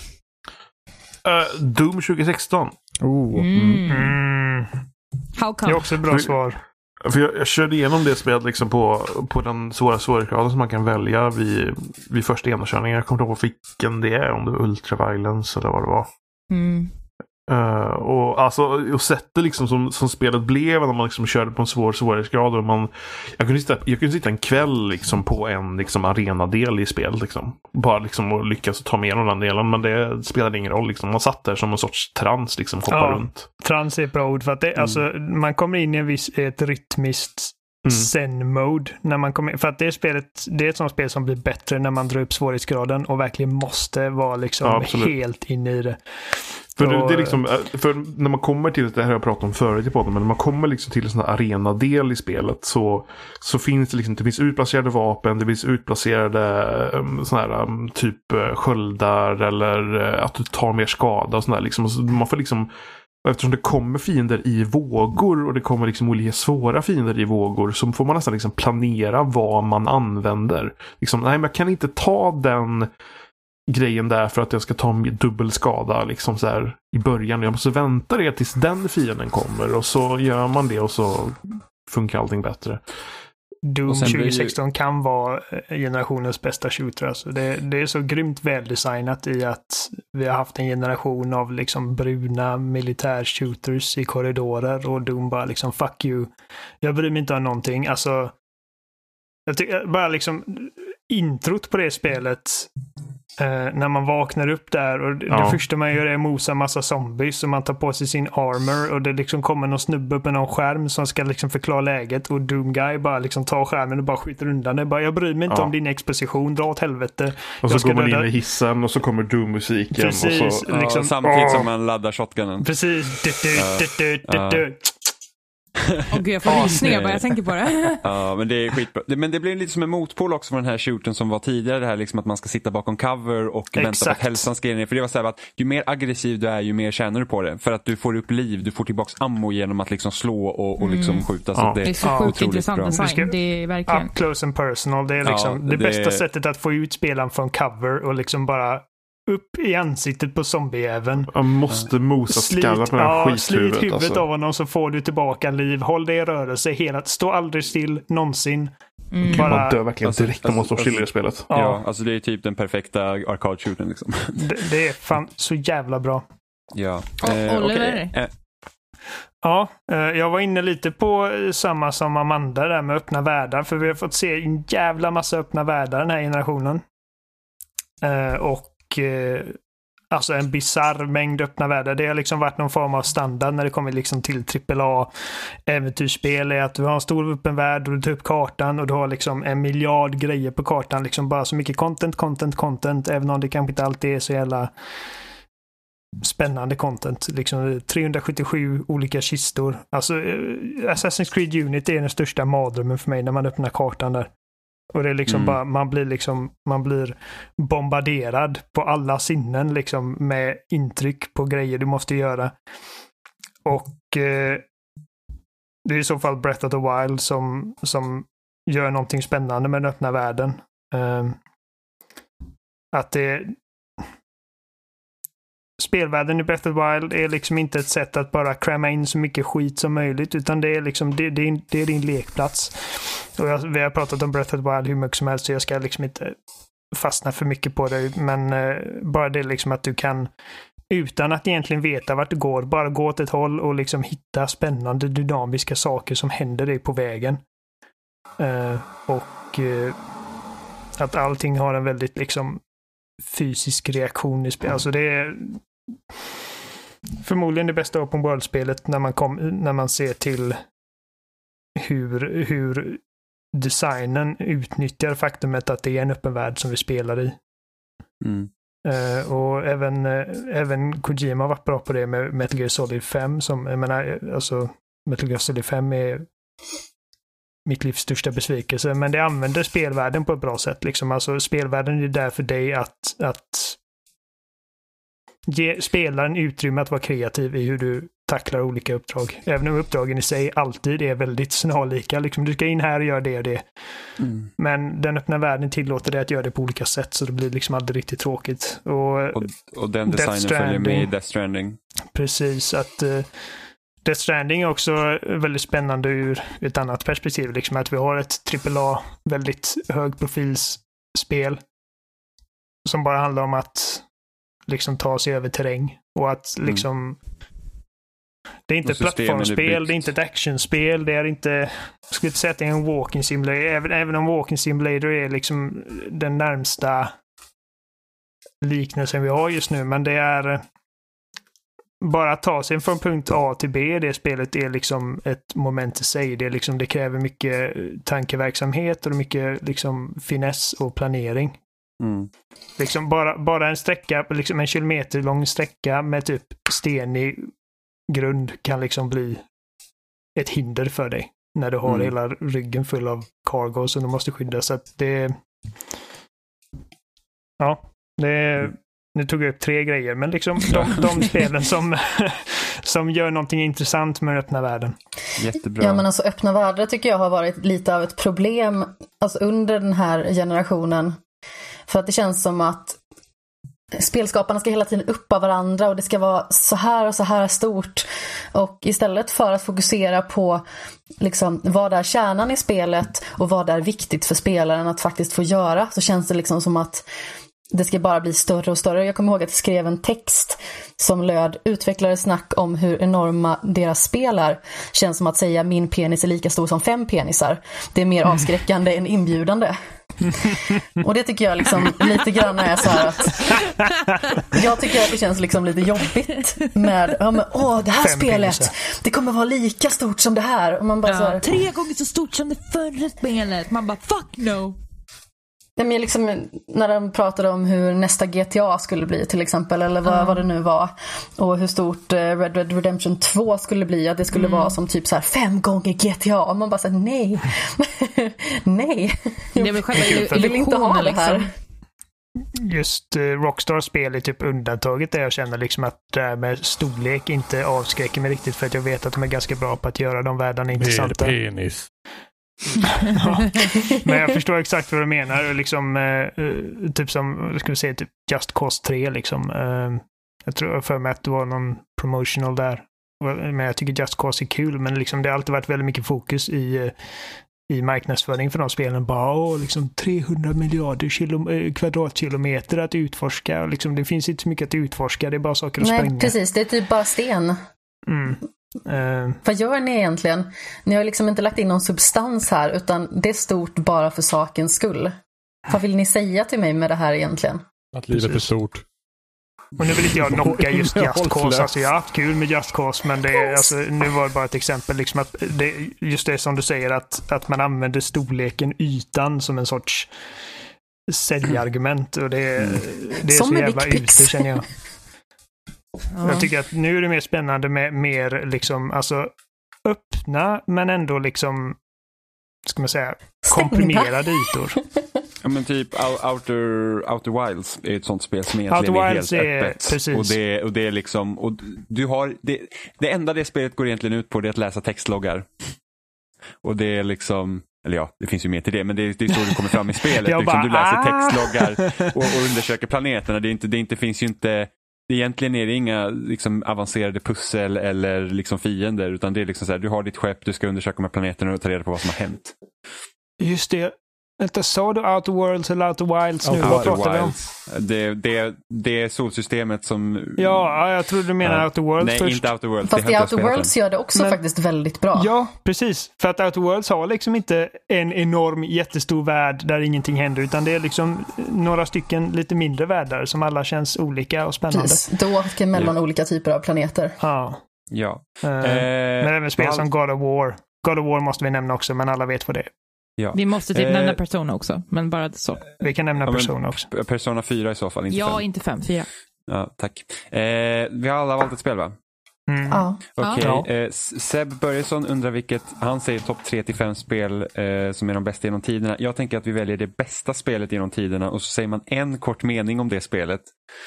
Uh, Doom tjugo sexton. Oh. Mm. Mm. How come? Det är också ett bra för, svar. För jag, jag körde igenom det spelet liksom på, på den svåra svårighetsgraden som man kan välja vid, vid första genomkörningen. Jag kommer inte ihåg vilken det är, om det var Ultra Violence eller vad det var. Mm. Uh, och alltså och sättet liksom som, som spelet blev när man liksom körde på en svår svårighetsgrad och man, jag kunde sitta, jag kunde sitta en kväll liksom på en liksom arenadel i spel liksom. Bara liksom och lyckas ta med den delen, men det spelade ingen roll liksom. Man satt där som en sorts trans liksom, hoppade ja, runt. Trans är ett bra ord för att det, mm. alltså, man kommer in i en viss, ett rytmiskt mm. zen-mode när man kommer, för att det spelet, det är ett sånt spel som blir bättre när man drar upp svårighetsgraden och verkligen måste vara liksom ja, helt inne i det. För, det, det är liksom, för när man kommer till, det här har jag pratat om förut i podden, men när man kommer liksom till en sån här arenadel i spelet så, så finns det liksom, det finns utplacerade vapen, det finns utplacerade um, såna här um, typ sköldar eller uh, att du tar mer skada och sådär liksom. Och så man får liksom, eftersom det kommer fiender i vågor och det kommer liksom olika svåra fiender i vågor, så får man nästan liksom planera vad man använder. Liksom, nej, men jag kan inte ta den grejen där för att jag ska ta dubbel skada liksom så här i början. Jag måste vänta det tills den fienden kommer och så gör man det och så funkar allting bättre. Doom tjugo sexton ju... kan vara generationens bästa shooter. Alltså det, det är så grymt väldesignat i att vi har haft en generation av liksom bruna militär-shooters i korridorer och Doom bara liksom fuck you. Jag bryr mig inte om någonting. Alltså jag tycker bara liksom introt på det spelet eh, när man vaknar upp där och ja. det första man gör är att mosa massa zombies och man tar på sig sin armor och det liksom kommer någon snubbe upp med någon skärm som ska liksom förklara läget och Doom Guy bara liksom tar skärmen och bara skjuter undan det. Bara, jag bryr mig inte ja. om din exposition, dra åt helvete. Och så går man döda... in i hissen och så kommer Doom-musiken. Precis, och så... liksom, ja, samtidigt åh. som man laddar shotgunen. Precis. Du, du, du, du, du, du. Åh gud, jag får rysningar bara jag tänker på det. Ja, men det är skitbra. Men det blir lite som en motpol också från den här shooten som var tidigare. Det här liksom att man ska sitta bakom cover och Exakt. vänta på att hälsan ska ner. För det var så här att ju mer aggressiv du är, ju mer tjänar du på det. För att du får upp liv, du får tillbaks ammo genom att liksom slå och, och liksom skjuta. Så ja. det, det är så ja. sjukt intressant design. Ska... Det är verkligen... Up close and personal. Det är liksom ja, det, det bästa sättet att få ut spelaren från cover och liksom bara upp i ansiktet på zombiejäveln. Man måste mosa skallar på den här ja, skithuvudet. Slit huvudet alltså. av honom så får du tillbaka liv. Håll det i rörelse hela. Stå aldrig still någonsin. Mm. Bara... Man dör verkligen alltså, direkt om man står alltså, still i spelet. Ja. ja, alltså det är typ den perfekta arcade-shooten liksom. Det, det är fan så jävla bra. Ja. Oh, eh, Oliver. Okay. Eh. Ja, jag var inne lite på samma som Amanda där med öppna världar. För vi har fått se en jävla massa öppna världar den här generationen. Och alltså en bizarr mängd öppna världar. Det har liksom varit någon form av standard när det kommer liksom till trippel A äventyrsspel är att du har en stor öppen värld och du tar upp kartan och du har liksom en miljard grejer på kartan. Liksom bara så mycket content, content, content. Även om det kanske inte alltid är så jävla spännande content. Liksom trehundrasjuttiosju olika kistor. Alltså Assassin's Creed Unity är den största mardrömmen för mig när man öppnar kartan där. Och det är liksom mm. bara, man blir liksom, man blir bombarderad på alla sinnen liksom med intryck på grejer du måste göra. Och eh, det är i så fall Breath of the Wild som, som gör någonting spännande med den öppna världen. Eh, att det spelvärlden i Breath of the Wild är liksom inte ett sätt att bara kräma in så mycket skit som möjligt, utan det är liksom det, det, är, det är din lekplats. Och jag, vi har pratat om Breath of the Wild hur mycket som helst, så jag ska liksom inte fastna för mycket på det, men eh, bara det liksom att du kan utan att egentligen veta vart du går, bara gå åt ett håll och liksom hitta spännande dynamiska saker som händer dig på vägen. Eh, och eh, att allting har en väldigt liksom fysisk reaktion i spel. Alltså det är förmodligen det bästa open world-spelet när man, kom, när man ser till hur, hur designen utnyttjar faktumet att det är en öppen värld som vi spelar i. Mm. Uh, och även, uh, även Kojima har varit bra på det med Metal Gear Solid fem som, jag menar, alltså Metal Gear Solid fem är mitt livs största besvikelse, men det använder spelvärlden på ett bra sätt liksom. Alltså spelvärlden är där för dig att, att ge spelaren utrymme att vara kreativ i hur du tacklar olika uppdrag. Även om uppdragen i sig alltid är väldigt snarlika. Liksom, du ska in här och göra det och det. Mm. Men den öppna världen tillåter dig att göra det på olika sätt, så det blir liksom aldrig riktigt tråkigt. Och, och, och den designen följer med i Death Stranding. Precis, att uh, Death Stranding är också väldigt spännande ur ett annat perspektiv. Liksom, att vi har ett trippel A, väldigt högprofilsspel som bara handlar om att liksom ta sig över terräng. Och att liksom mm. det är inte ett plattformsspel, det är inte ett actionspel, det är inte, jag skulle inte säga att det är en walking simulator, även, även om walking simulator är liksom den närmsta liknelsen vi har just nu, men det är bara att ta sig från punkt A till B, det spelet är liksom ett moment i sig, det, är liksom, det kräver mycket tankeverksamhet och mycket liksom finess och planering. Mm. Liksom bara, bara en sträcka, liksom en kilometer lång sträcka med typ stenig grund kan liksom bli ett hinder för dig när du har mm. hela ryggen full av cargo som du måste skydda, så att det ja, det nu tog jag upp tre grejer, men liksom de, de spelen som som gör någonting intressant med den öppna världen. Jättebra. Ja, men alltså öppna världar tycker jag har varit lite av ett problem alltså under den här generationen. För att det känns som att spelskaparna ska hela tiden uppa varandra och det ska vara så här och så här stort. Och istället för att fokusera på liksom, vad är kärnan i spelet och vad är viktigt för spelaren att faktiskt få göra, så känns det liksom som att det ska bara bli större och större. Jag kommer ihåg att jag skrev en text som löd: utvecklare snack om hur enorma deras spel är. Känns som att säga min penis är lika stor som fem penisar. Det är mer avskräckande än inbjudande. Och det tycker jag liksom lite grann är så här att jag tycker att det känns liksom lite jobbigt med ja, men, åh, det här Fem spelet penisar. Det kommer vara lika stort som det här och man bara ja, så här, tre gånger så stort som det förra spelet. Man bara fuck no. Nej, men liksom, när de pratade om hur nästa G T A skulle bli till exempel, eller vad, mm. vad det nu var, och hur stort Red Dead Redemption två skulle bli, att det skulle mm. vara som typ så här fem gånger G T A, och man bara säger nej. Nej. Det är väl själva jag vill inte ha det här. Just uh, Rockstar spel är typ undantaget där jag känner liksom att det här med storlek inte avskräcker mig riktigt, för att jag vet att de är ganska bra på att göra de världarna intressanta. Penis. Ja. Men jag förstår exakt vad du menar liksom, eh, typ som ska vi säga, typ Just Cause tre liksom. eh, jag tror för mig att det var någon promotional där, men jag tycker Just Cause är kul, men liksom, det har alltid varit väldigt mycket fokus i, i marknadsföring för de spelen, bara åh, liksom trehundra miljarder kilo, kvadratkilometer att utforska, och liksom, det finns inte så mycket att utforska, det är bara saker att Nej, spränga. Precis, det är typ bara sten. Mm. Uh, Vad gör ni egentligen? Ni har liksom inte lagt in någon substans här, utan det är stort bara för sakens skull. Vad vill ni säga till mig med det här egentligen? Att livet är stort. Och nu vill inte jag knocka just Just Cause, alltså jag har haft kul med Just Cause, men det är, alltså, nu var det bara ett exempel liksom, att det, just det som du säger, att, att man använder storleken, ytan som en sorts säljargument, och det, det är som så jävla ute, känner jag. Ja. Jag tycker att nu är det mer spännande med mer liksom, alltså öppna men ändå liksom, ska man säga, komprimerade ytor. Ja, men typ Outer, Outer Wilds är ett sånt spel som egentligen är helt är, öppet. Precis. Och det, och det är liksom, och du har, det, det enda det spelet går egentligen ut på, det är att läsa textloggar. Och det är liksom, eller ja, det finns ju mer till det, men det är, det är så du kommer fram i spelet. Liksom, bara, du läser textloggar och, och undersöker planeterna. Det, är inte, det inte, finns ju inte, egentligen är det inga liksom, avancerade pussel eller liksom, fiender, utan det är liksom så här, du har ditt skepp, du ska undersöka med planeterna och ta reda på vad som har hänt. Just det. Vänta, sa du Outer Worlds eller Outer Wilds nu? Outer Vad pratar vi om? Det, det, det är solsystemet som... Ja, jag tror du menar ja. Outer Worlds Nej, först. inte Outer Worlds. Fast det i Outer Worlds gör det också Men- faktiskt väldigt bra. Ja, precis. För att Outer Worlds har liksom inte en enorm jättestor värld där ingenting händer, utan det är liksom några stycken lite mindre världar som alla känns olika och spännande. Precis. Du åker mellan Ja. olika typer av planeter. Ja. Ja. Eh, Eh, men även spel all- som God of War. God of War måste vi nämna också, men alla vet vad det är. ja. Vi måste typ Eh, nämna Persona också, men bara så. Vi kan nämna Ja, men- Persona också. Persona fyra i så fall, inte Ja, fem. inte fem, fyra. Ja, tack. Eh, vi har alla valt ett spel, va? Mm. Ja. Okej. Ja. Eh, Seb Börjesson undrar vilket, han säger topp tre till fem spel eh, som är de bästa genom tiderna. Jag tänker att vi väljer det bästa spelet genom tiderna och så säger man en kort mening om det spelet.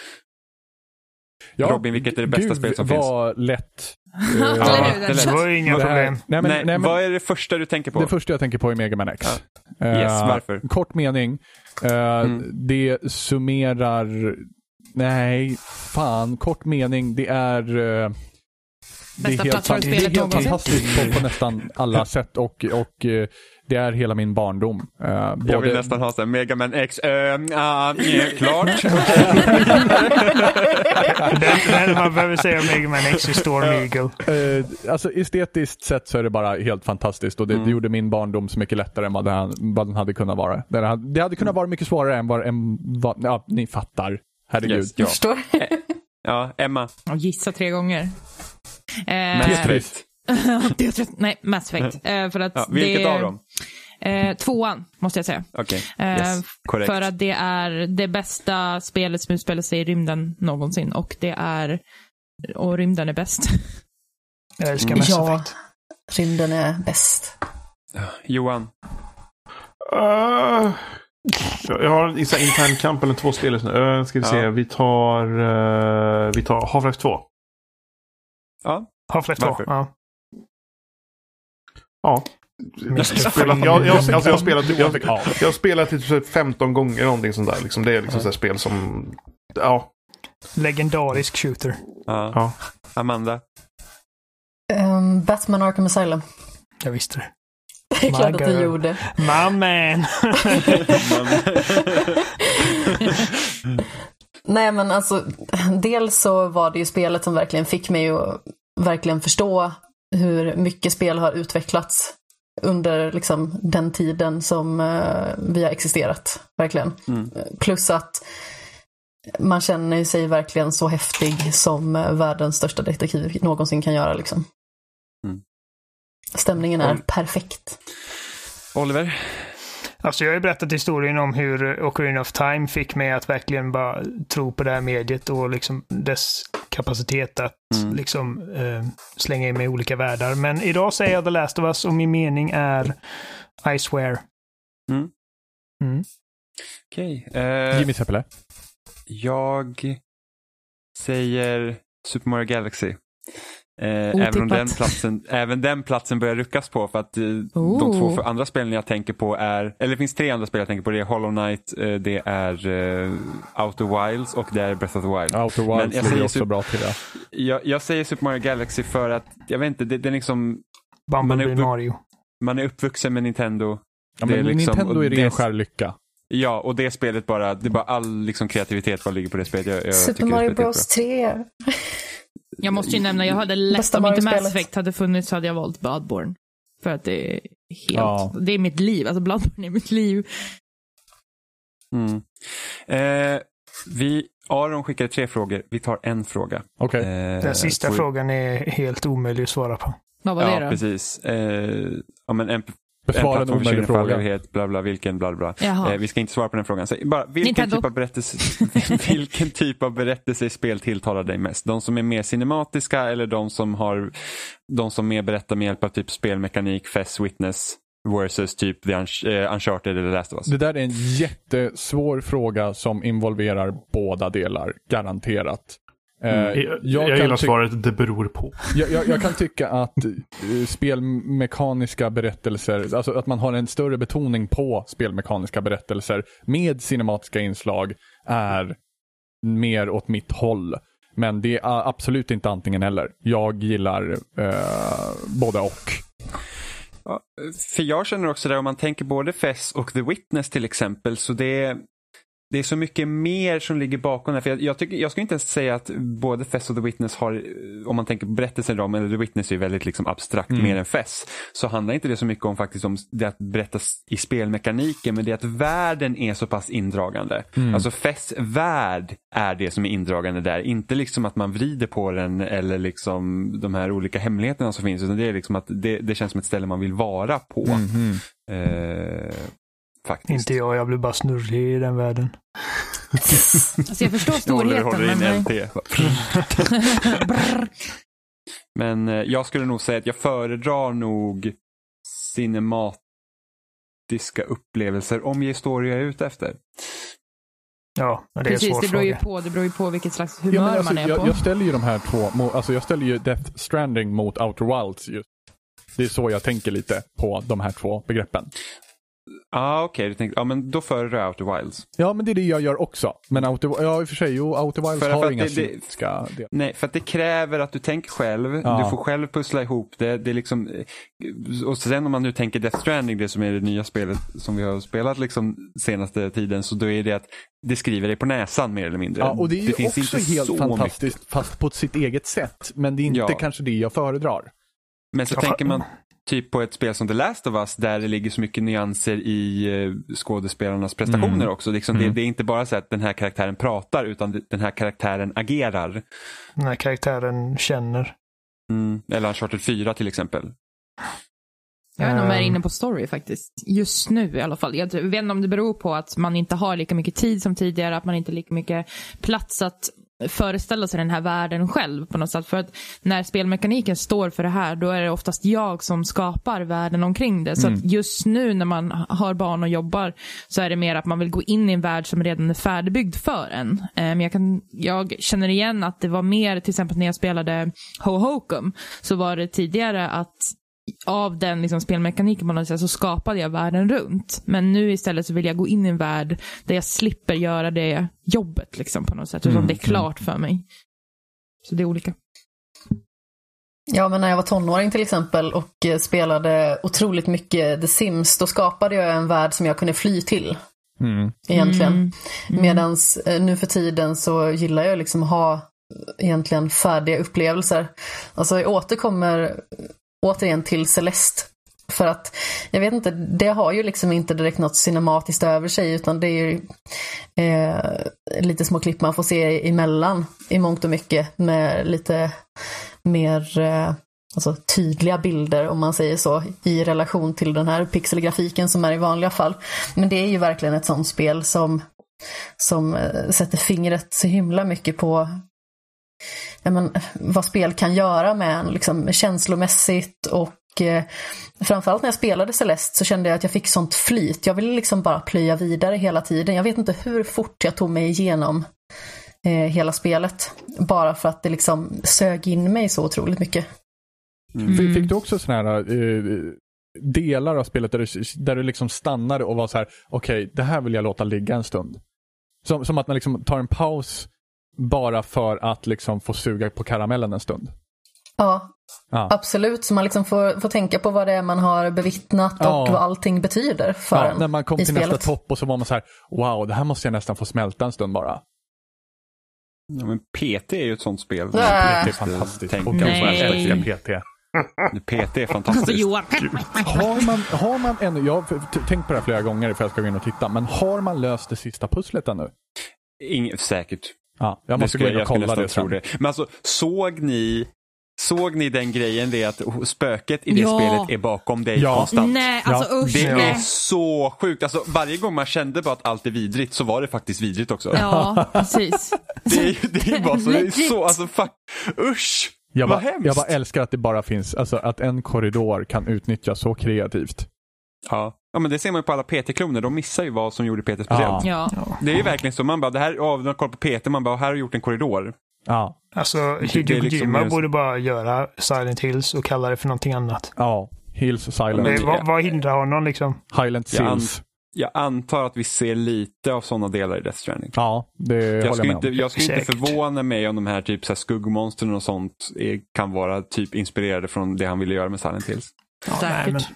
Ja, Robin, vilket är det bästa Gud, spel som vad lätt. Eller Eh, hur? det är lätt. Det var ju inga det här- problem. Nej, men, nej, nej, men, vad är det första du tänker på? det första jag tänker på är Mega Man X. Yes, Eh, varför? Kort mening. Eh, Mm. Det summerar... Nej, fan. Kort mening. Det är... eh, det Bästa är helt, fan- det plattformsspelet är helt någonsin. fantastiskt på, på nästan alla sätt och, och eh, det är hela min barndom. Eh, Jag vill både- nästan ha så här, Mega Man X, äh, äh, klart. Det enda man behöver säga om Mega Man X är Storm Eagle. Eh, alltså estetiskt sett så är det bara helt fantastiskt och det, Mm. det gjorde min barndom så mycket lättare än vad den, vad den hade kunnat vara. Det hade, det hade kunnat vara mycket svårare än vad, än vad ja, ni fattar. Herregud. Yes, ja. Förstår? Ja, Emma. Och gissa tre gånger. Eh, Mass Tetris. Effect. Tetris. Nej, Mass Effect. Eh, för att Ja, vilket det, av dem? Eh, tvåan, måste jag säga. Okej, Eh, yes, korrekt. För att det är det bästa spelet som utspelar sig i rymden någonsin. Och det är... Och rymden är bäst. Jag älskar Mass Ja, Effect. rymden är bäst. Johan. Uh, jag har en så här intern kamp eller två spel just nu. Uh, ska vi se. Ja. Vi tar, uh, vi tar Half-Life två. Ja, Half-Life två. Varför? Ja. Ja. Jag har spelat, jag, jag, alltså jag har spelat, jag, jag, jag har spelat typ femton gånger någonting sånt där. Liksom. Det är liksom så här spel som... Ja. Legendarisk shooter. ja. Ja. Amanda. Um, Batman Arkham Asylum. Jag visste det. Det är klart My att du girl. gjorde. My man. Nej men alltså, dels så var det ju spelet som verkligen fick mig att verkligen förstå hur mycket spel har utvecklats under liksom den tiden som uh, vi har existerat, verkligen. Mm. Plus att man känner sig verkligen så häftig som uh, världens största detektiv någonsin kan göra liksom. Mm. Stämningen är Ol- perfekt. Oliver. Alltså jag har ju berättat historien om hur Ocarina of Time fick mig att verkligen bara tro på det här mediet och liksom dess kapacitet att Mm. liksom eh, slänga in mig i olika världar. Men idag säger jag The Last of Us och min mening är I swear. Mm. Mm. Okej. eh, Jimmy Seppele. jag säger Super Mario Galaxy. Eh, Otippat. även, om den platsen, även den platsen börjar ruckas på för att eh, de Oh. två för andra spelen jag tänker på är, eller det finns tre andra spel jag tänker på, det är Hollow Knight, eh, det är eh, Outer Wilds och det är Breath of the Wild. Outer Men Wilds jag ligger säger också sup- bra till det. Jag, jag säger Super Mario Galaxy för att, jag vet inte, det, det är liksom, Bumblebee Man är uppe- Mario. man är uppvuxen med Nintendo. Ja, Det är men liksom- Nintendo är och ren det- skär lycka. Ja, och det spelet bara, det är bara all liksom kreativitet bara ligger på det spelet. Jag, jag Super tycker det Mario spelet är Bros tre. Jag måste ju nämna, jag hade lätt Bästa om inte Mass Mario-spelet. Effect hade funnits så hade jag valt Bloodborne. För att det är helt, Ja. det är mitt liv. Alltså Bloodborne är mitt liv. Mm. Eh, vi, Aron skickade tre frågor, vi tar en fråga. Okej. Eh, Den sista får- frågan är helt omöjlig att svara på. Vad var Ja, det då? precis. Eh, ja, men en, en Besvara en plattform omöjlig försvinner för all fråga. evighet, bla bla, vilken, bla bla. Jaha. Eh, vi ska inte svara på den frågan. Så bara, vilken, Nintendo. typ av berättelse, vilken typ av berättelse i spel tilltalar dig mest? De som är mer cinematiska eller de som har de som mer berättar med hjälp av typ spelmekanik, Fess Witness versus typ The Un- eh, Uncharted eller Last of Us? Det där är en jättesvår fråga som involverar båda delar, garanterat. Eh, Jag, jag, jag, jag kan gillar ty- svaret, det beror på. jag, jag, jag kan tycka att eh, spelmekaniska berättelser, alltså att man har en större betoning på spelmekaniska berättelser med cinematiska inslag är mer åt mitt håll. Men det är absolut inte antingen eller. Jag gillar eh, både och. Ja, för jag känner också där, om man tänker både Fess och The Witness till exempel, så det är, det är så mycket mer som ligger bakom det. För jag, jag, tycker, jag skulle inte ens säga att både Fess och The Witness har, om man tänker på berättelsen om, eller The Witness är väldigt liksom abstrakt mm. mer än Fess, så handlar inte det så mycket om faktiskt om det att berättas i spelmekaniken, men det är att världen är så pass indragande. Mm. Alltså Fess värld är det som är indragande där, inte liksom att man vrider på den eller liksom de här olika hemligheterna som finns, utan det är liksom att det, det känns som ett ställe man vill vara på. Mm. Eh, Faktiskt. Inte jag, jag blir bara snurrig i den världen. Alltså jag förstår storheten. Håller in men... L T. Men eh, jag skulle nog säga att jag föredrar nog cinematiska upplevelser om historia är ute efter. Ja, det är Precis, svår det beror ju fråga. på, det beror ju på vilket slags humör ja, alltså, man är jag, på. Jag ställer ju de här två, alltså jag ställer ju Death Stranding mot Outer Wilds just. Det är så jag tänker lite på de här två begreppen. Ah, okej, okay. Ja, men då föredrar jag Outer Wilds. Ja, men det är det jag gör också. Men Outer, ja, i och för sig, jo, Outer Wilds för har för inga det, synska det, Nej, för att det kräver att du tänker själv. Ja. Du får själv pussla ihop det. Det är liksom, och sen om man nu tänker Death Stranding, det som är det nya spelet som vi har spelat liksom senaste tiden, så då är det att det skriver dig på näsan mer eller mindre. Ja, och det är ju det finns också inte helt fantastiskt, mycket. Fast på sitt eget sätt. Men det är inte ja. kanske det jag föredrar. Men så ja. tänker man typ på ett spel som The Last of Us, där det ligger så mycket nyanser i uh, skådespelarnas prestationer mm. också. Liksom mm. det, det är inte bara så att den här karaktären pratar, utan den här karaktären agerar. Den här karaktären känner. Mm. Eller Uncharted fyra till exempel. Jag vet inte om jag är inne på story faktiskt. Just nu i alla fall. Jag vet inte om det beror på att man inte har lika mycket tid som tidigare, att man inte har lika mycket plats att föreställa sig den här världen själv på något sätt. För att när spelmekaniken står för det här, då är det oftast jag som skapar världen omkring det. Så mm. att just nu när man har barn och jobbar, så är det mer att man vill gå in i en värld som redan är färdigbyggd för en. Men jag, kan, jag känner igen att det var mer, till exempel när jag spelade Ho Hokum, så var det tidigare att av den liksom spelmekaniken på något sätt så skapade jag världen runt. Men nu istället så vill jag gå in i en värld där jag slipper göra det jobbet liksom på något sätt. Utan mm, det är klart för mig. Så det är olika. Ja, men när jag var tonåring till exempel och spelade otroligt mycket The Sims, då skapade jag en värld som jag kunde fly till. Mm. Egentligen. Mm. Mm. Medans nu för tiden så gillar jag liksom ha egentligen färdiga upplevelser. Alltså jag återkommer återigen till Celeste. För att, jag vet inte, det har ju liksom inte direkt något cinematiskt över sig, utan det är ju eh, lite små klipp man får se emellan i mångt och mycket med lite mer eh, alltså tydliga bilder, om man säger så, i relation till den här pixelgrafiken som är i vanliga fall. Men det är ju verkligen ett sånt spel som, som eh, sätter fingret så himla mycket på ja, men, vad spel kan göra med en liksom, känslomässigt. Och eh, framförallt när jag spelade Celeste så kände jag att jag fick sånt flyt. Jag ville liksom bara plöja vidare hela tiden. Jag vet inte hur fort jag tog mig igenom eh, hela spelet. Bara för att det liksom sög in mig så otroligt mycket. Mm. Fick du också såna här eh, delar av spelet där du, där du liksom stannade och var så här: okej, okay, det här vill jag låta ligga en stund. Som, som att man liksom tar en paus bara för att liksom få suga på karamellen en stund. Ja, ja. Absolut. Så man liksom får, får tänka på vad det är man har bevittnat och ja. vad allting betyder för ja, en. När man kom till spelet. Nästa topp och så var man så här: wow, det här måste jag nästan få smälta en stund bara. Ja, men P T är ju ett sånt spel. Äh. P T är fantastiskt. Tänk Nej. P T. P T är fantastiskt. har man, har man ännu, jag har tänkt på det här flera gånger för jag ska gå in och titta, men har man löst det sista pusslet ännu? Inget, säkert. Ja, jag måste gå in och kolla det, tro det. Men alltså, såg ni Såg ni den grejen, det att spöket i det ja. spelet är bakom dig ja. konstant? Nej, alltså ja. usch. Det nej. är så sjukt. Alltså, varje gång man kände bara att allt är vidrigt, så var det faktiskt vidrigt också. Ja, precis. Det är, det är bara så, det är så alltså, fuck, usch. Jag vad bara, hemskt. Jag bara älskar att det bara finns, alltså att en korridor kan utnyttjas så kreativt. Ja. Ja, men det ser man ju på alla P T-kloner. De missar ju vad som gjorde P T speciellt. Ja. Det är ju verkligen så. Man bara, det här, ja, de har koll på P T, man bara, här har gjort en korridor. Ja. Alltså, Hideo Kojima liksom borde bara göra Silent Hills och kalla det för någonting annat. Ja, Hills och Silent. Det, vad, vad hindrar honom liksom? Highland Hills. Jag, an, jag antar att vi ser lite av sådana delar i Death Stranding. Ja, det jag håller skulle jag inte, med om. jag skulle inte förvåna mig om de här typ så här skuggmonstren och sånt är, kan vara typ inspirerade från det han ville göra med Silent Hills. Ja, nej, men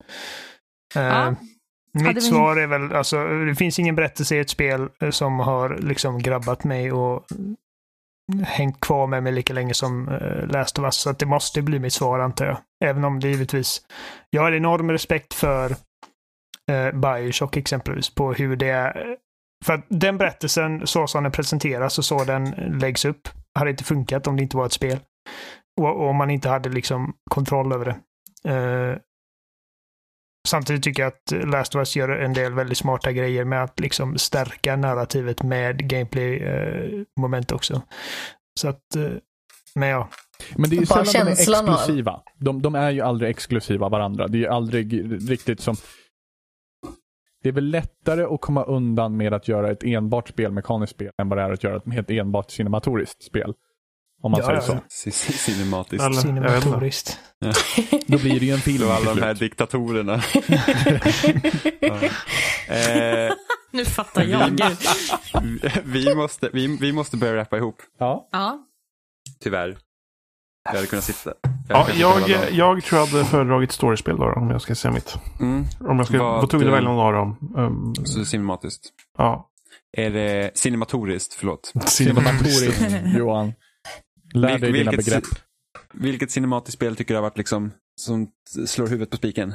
Ja. Uh, mitt Hade vi- svar är väl, alltså, det finns ingen berättelse i ett spel som har liksom grabbat mig och hängt kvar med mig lika länge som uh, Last of Us, så att det måste bli mitt svar, antar jag. Även om det givetvis, jag har enorm respekt för uh, Bioshock exempelvis, på hur det är. För att den berättelsen, så som den presenteras och så den läggs upp, hade inte funkat om det inte var ett spel. Och, och om man inte hade liksom kontroll över det. Uh, samtidigt tycker jag att Last of Us gör en del väldigt smarta grejer med att liksom stärka narrativet med gameplay-moment uh, också. Så att, uh, men ja. Men det är ju Bara sällan de är känslan av- exklusiva. De, de är ju aldrig exklusiva varandra. Det är ju aldrig riktigt som... Det är väl lättare att komma undan med att göra ett enbart spelmekaniskt spel än vad det är att göra ett helt enbart cinematoriskt spel. Om man Ja, säger ja, så. ja. C- c- Cinematiskt. Eller- Cinematoriskt. Då blir det ju en film. Och alla till de här slut. diktatorerna. Ja. eh, Nu fattar jag. Gud. vi, måste, vi, vi måste börja rappa ihop, Ja. Ja. tyvärr. Jag hade kunnat sitta. Ja, hade kunnat jag, sitta hela dagen. jag tror jag hade föredragit storyspel då, om jag ska säga mitt. Mm. Om jag ska Vad, vara tvungen att eh, välja någon av dem. Um, Så cinematiskt. ja. Är det cinematoriskt, förlåt. Cinematoriskt, Johan. Lär dig dina vilket, begrepp. vilket cinematiskt spel tycker du har varit liksom som slår huvudet på spiken?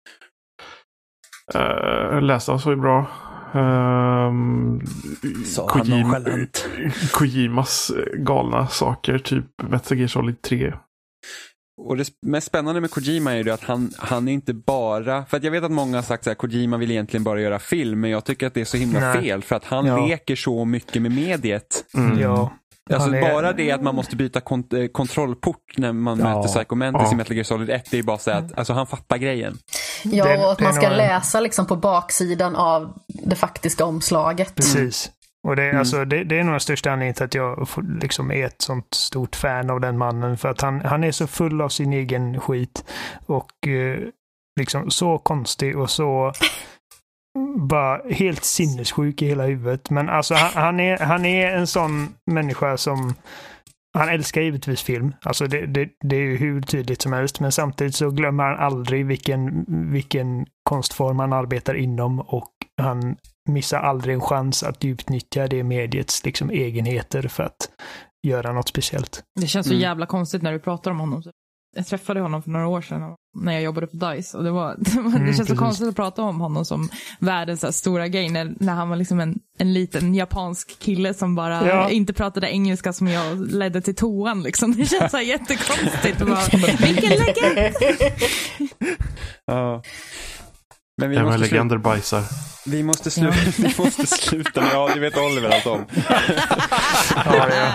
Uh, läsa oss var ju bra. Um, Sa han nonchalant. Kojimas galna saker, typ Metal Gear Solid tre. Och det mest spännande med Kojima är ju det att han, han är inte bara, för att jag vet att många har sagt så här, Kojima vill egentligen bara göra film, men jag tycker att det är så himla Nej. fel, för att han Ja. leker så mycket med mediet. Mm. Ja. Alltså Han är- bara det att man måste byta kont- eh, kontrollport när man Ja. möter Psycho Mantis Ja. i Metal Gear Solid ett, det är bara så här att alltså, han fattar grejen. Ja, Det- och att det är man ska nog en- läsa liksom på baksidan av det faktiska omslaget. Precis. Och det, Mm. alltså, det, det är nog den största anledningen till att jag får- liksom är ett sånt stort fan av den mannen. För att han, han är så full av sin egen skit. Och eh, liksom så konstig och så bara helt sinnessjuk i hela huvudet. Men alltså han, han, är, han är en sån människa som han älskar givetvis film. Alltså det, det, det är ju hur tydligt som helst. Men samtidigt så glömmer han aldrig vilken, vilken konstform han arbetar inom. Och han missar aldrig en chans att utnyttja det mediets liksom egenheter för att göra något speciellt. Det känns så Mm. jävla konstigt när du pratar om honom. Jag träffade honom för några år sedan när jag jobbade på DICE. Och det, var, det, var, det Mm, känns så precis. konstigt att prata om honom som världens så här stora grej. När, när han var liksom en, en liten japansk kille som bara Ja. inte pratade engelska, som jag ledde till toan. Liksom. Det känns så här jättekonstigt. Och bara, vilken legend! Ja. Men vi Även måste, slu- legender bajsar. vi, måste slu- vi måste sluta med, ja det vet Oliver allt om. Ja, ja.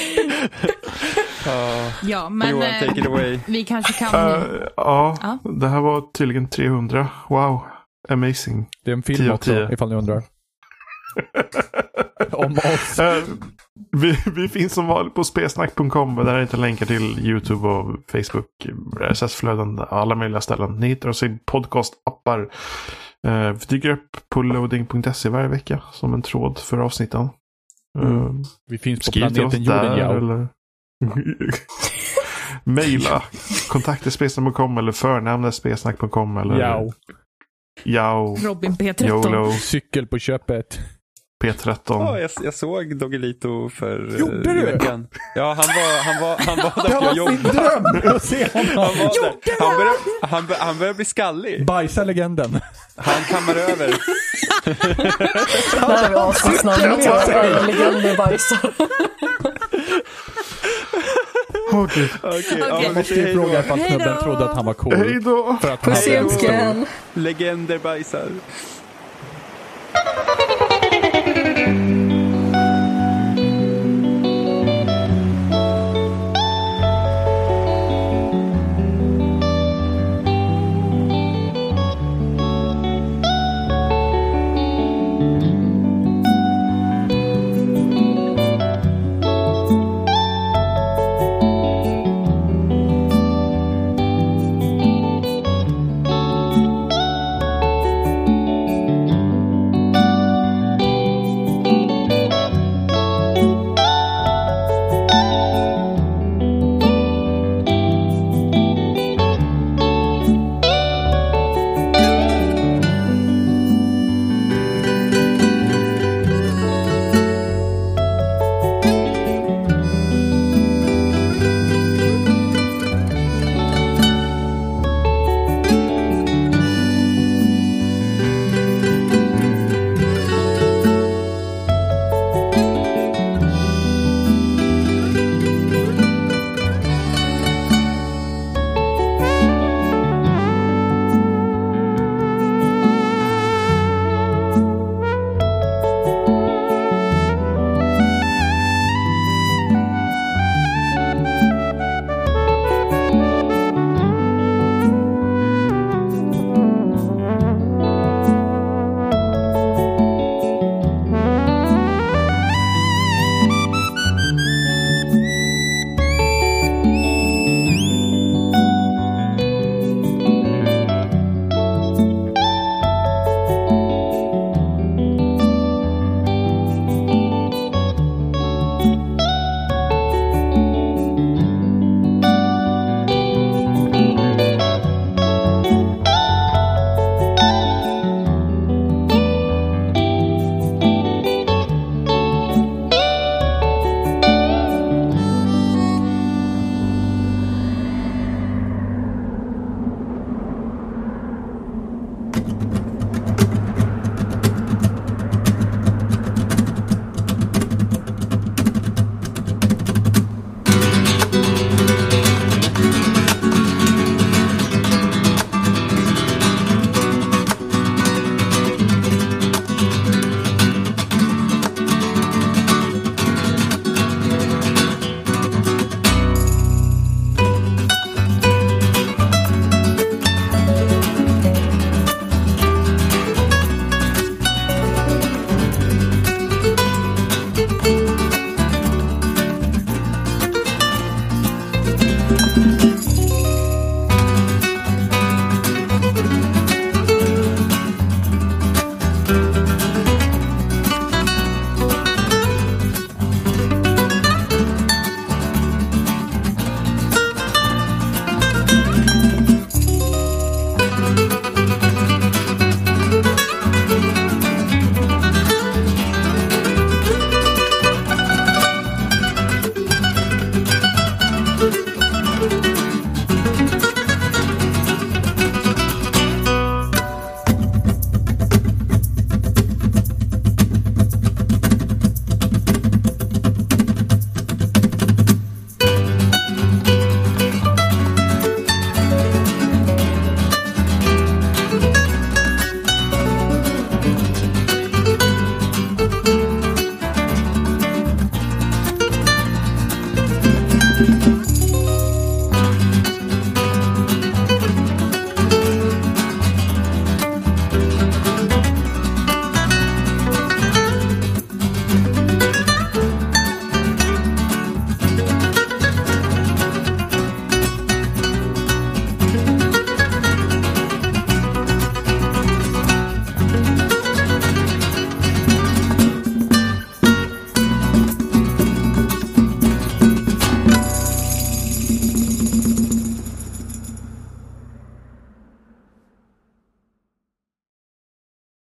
Ja. Ja, men Johan, eh, take it away. vi kanske kan... Uh, ja, Ja. det här var tydligen trehundra. Wow, amazing. Det är en tio film av också, tio. ifall ni undrar. Om oss. Eh, vi, vi finns som vanligt på spelsnack punkt com. Där är inte länkar till YouTube och Facebook, R S S-flöden, alla möjliga ställen. Ni hittar oss i podcast-appar. Uh, vi dyker upp på loading punkt se varje vecka som en tråd för avsnitten. Uh, Vi finns på Skriv till oss planeten Jorden, där ja. eller mejla kontakta spelsnack punkt com eller förnamnet spelsnack punkt com eller Ja. Jao, Robin P tretton. YOLO, Cykel på köpet. P tretton. Ja, jag, jag såg Doggelito för Gjorde eh, i du? veckan. Ja, han var, han var, han var Det där på var jobb. sin dröm att se honom. Han, var där. Han, börjar, han, bör, han börjar bli skallig. Bajsa legenden. Han kammar över. Där har vi avsnittsnamnet. Ja, legender bajsar. Åh gud. Okej, ja, Okej. men vi Jag måste säger ju hej då. fråga ifall snubben Hej då. trodde att han var cool. Hej då! För att han Puss hade en i pistol. önskan. Legender bajsar.